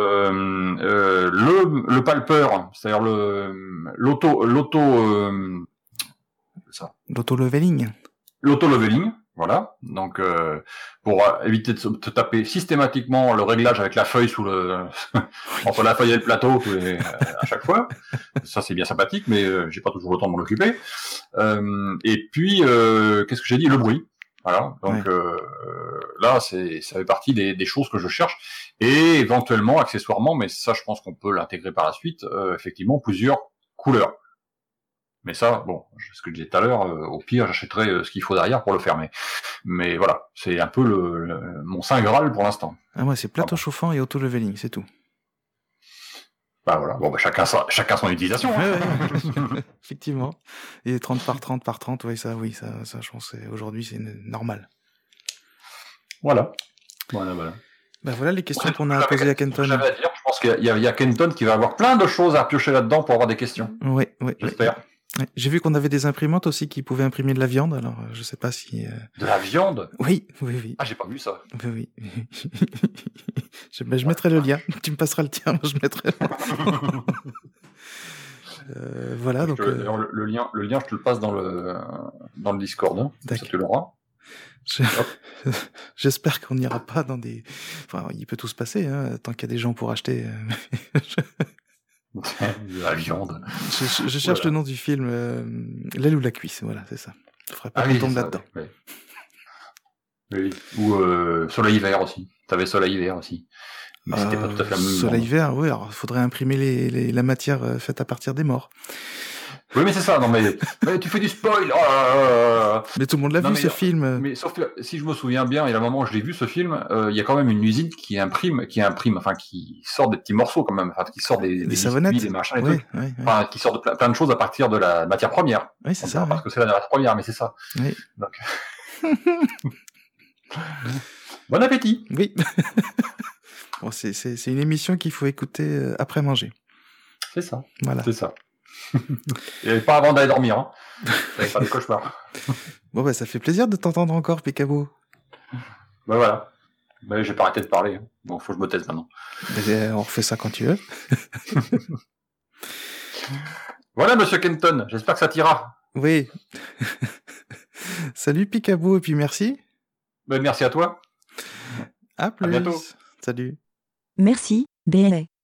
Euh, euh, le le palpeur, c'est-à-dire le l'auto l'auto euh, ça. L'auto leveling. L'auto leveling, voilà. Donc euh, pour éviter de te taper systématiquement le réglage avec la feuille sous le entre la feuille et le plateau tous les, à chaque fois. Ça c'est bien sympathique, mais euh, j'ai pas toujours le temps de m'en occuper. Euh, et puis euh, qu'est-ce que j'ai dit, le bruit. Voilà, donc ouais. euh, là, c'est ça fait partie des, des choses que je cherche, et éventuellement, accessoirement, mais ça, je pense qu'on peut l'intégrer par la suite, euh, effectivement, plusieurs couleurs. Mais ça, bon, ce que je disais tout à l'heure, euh, au pire, j'achèterai euh, ce qu'il faut derrière pour le faire, mais, mais voilà, c'est un peu le, le mon saint graal pour l'instant. Ah ouais, c'est plateau ah bon. chauffant et auto-leveling, c'est tout. Bah voilà, bon bah chacun sa, chacun son utilisation. Ouais, ouais. Effectivement. Et trente par trente par trente, oui, ça, oui, ça, ça, je pense, aujourd'hui, c'est normal. Voilà. Voilà, voilà. Bah voilà les questions ouais, qu'on a posées à Kenton. J'avais à dire, je pense qu'il y a, il y a Kenton qui va avoir plein de choses à piocher là-dedans pour avoir des questions. Oui, oui. J'espère. Oui. Ouais. J'ai vu qu'on avait des imprimantes aussi qui pouvaient imprimer de la viande, alors je sais pas si... Euh... De la viande ? Oui, oui, oui. Ah, j'ai pas vu ça. Oui, oui. je, bah, je mettrai le lien, tu me passeras le tien, moi je mettrai le euh, Voilà, donc... Te, euh... le, le, lien, le lien, je te le passe dans le, dans le Discord, hein, ça tu l'auras. Je... J'espère qu'on n'ira pas dans des... Enfin, il peut tout se passer, hein, tant qu'il y a des gens pour acheter... De la viande. Je, je, je cherche voilà. le nom du film, euh, L'aile ou la cuisse, voilà, c'est ça. Je ferais pas ah, qu'on oui, tombe ça, là-dedans. Oui. Oui. Ou euh, Soleil vert aussi. T'avais Soleil vert aussi. Mais euh, c'était pas tout à fait la même. Soleil vert, oui, alors il faudrait imprimer les, les, la matière faite à partir des morts. Oui, mais c'est ça, non, mais, mais tu fais du spoil! Oh là là. Mais tout le monde l'a non, vu, ce a, film. Mais sauf que, si je me souviens bien, et à un moment où je l'ai vu, ce film, il euh, y a quand même une usine qui imprime, qui imprime, enfin, qui sort des petits morceaux quand même, enfin, qui sort des, des, des savonnettes, biscuits, des machins et oui, trucs. Oui, oui. Enfin, qui sort de plein, plein de choses à partir de la matière première. Oui, c'est ça. Parce oui. que c'est la matière première, mais c'est ça. Oui. Donc... bon appétit! Oui. Bon, c'est, c'est, c'est une émission qu'il faut écouter euh, après manger. C'est ça. Voilà. C'est ça. Et pas avant d'aller dormir. Hein. Ça va faire des cauchemars. Bon, bah, ça fait plaisir de t'entendre encore, Picabo. Bah voilà. Bah, j'ai pas arrêté de parler. Hein. Bon, faut que je me taise maintenant. Mais, on refait ça quand tu veux. Voilà, monsieur Kenton. J'espère que ça t'ira. Oui. Salut, Picabo, et puis merci. Bah, merci à toi. À plus. À bientôt. Salut. Merci, B L A.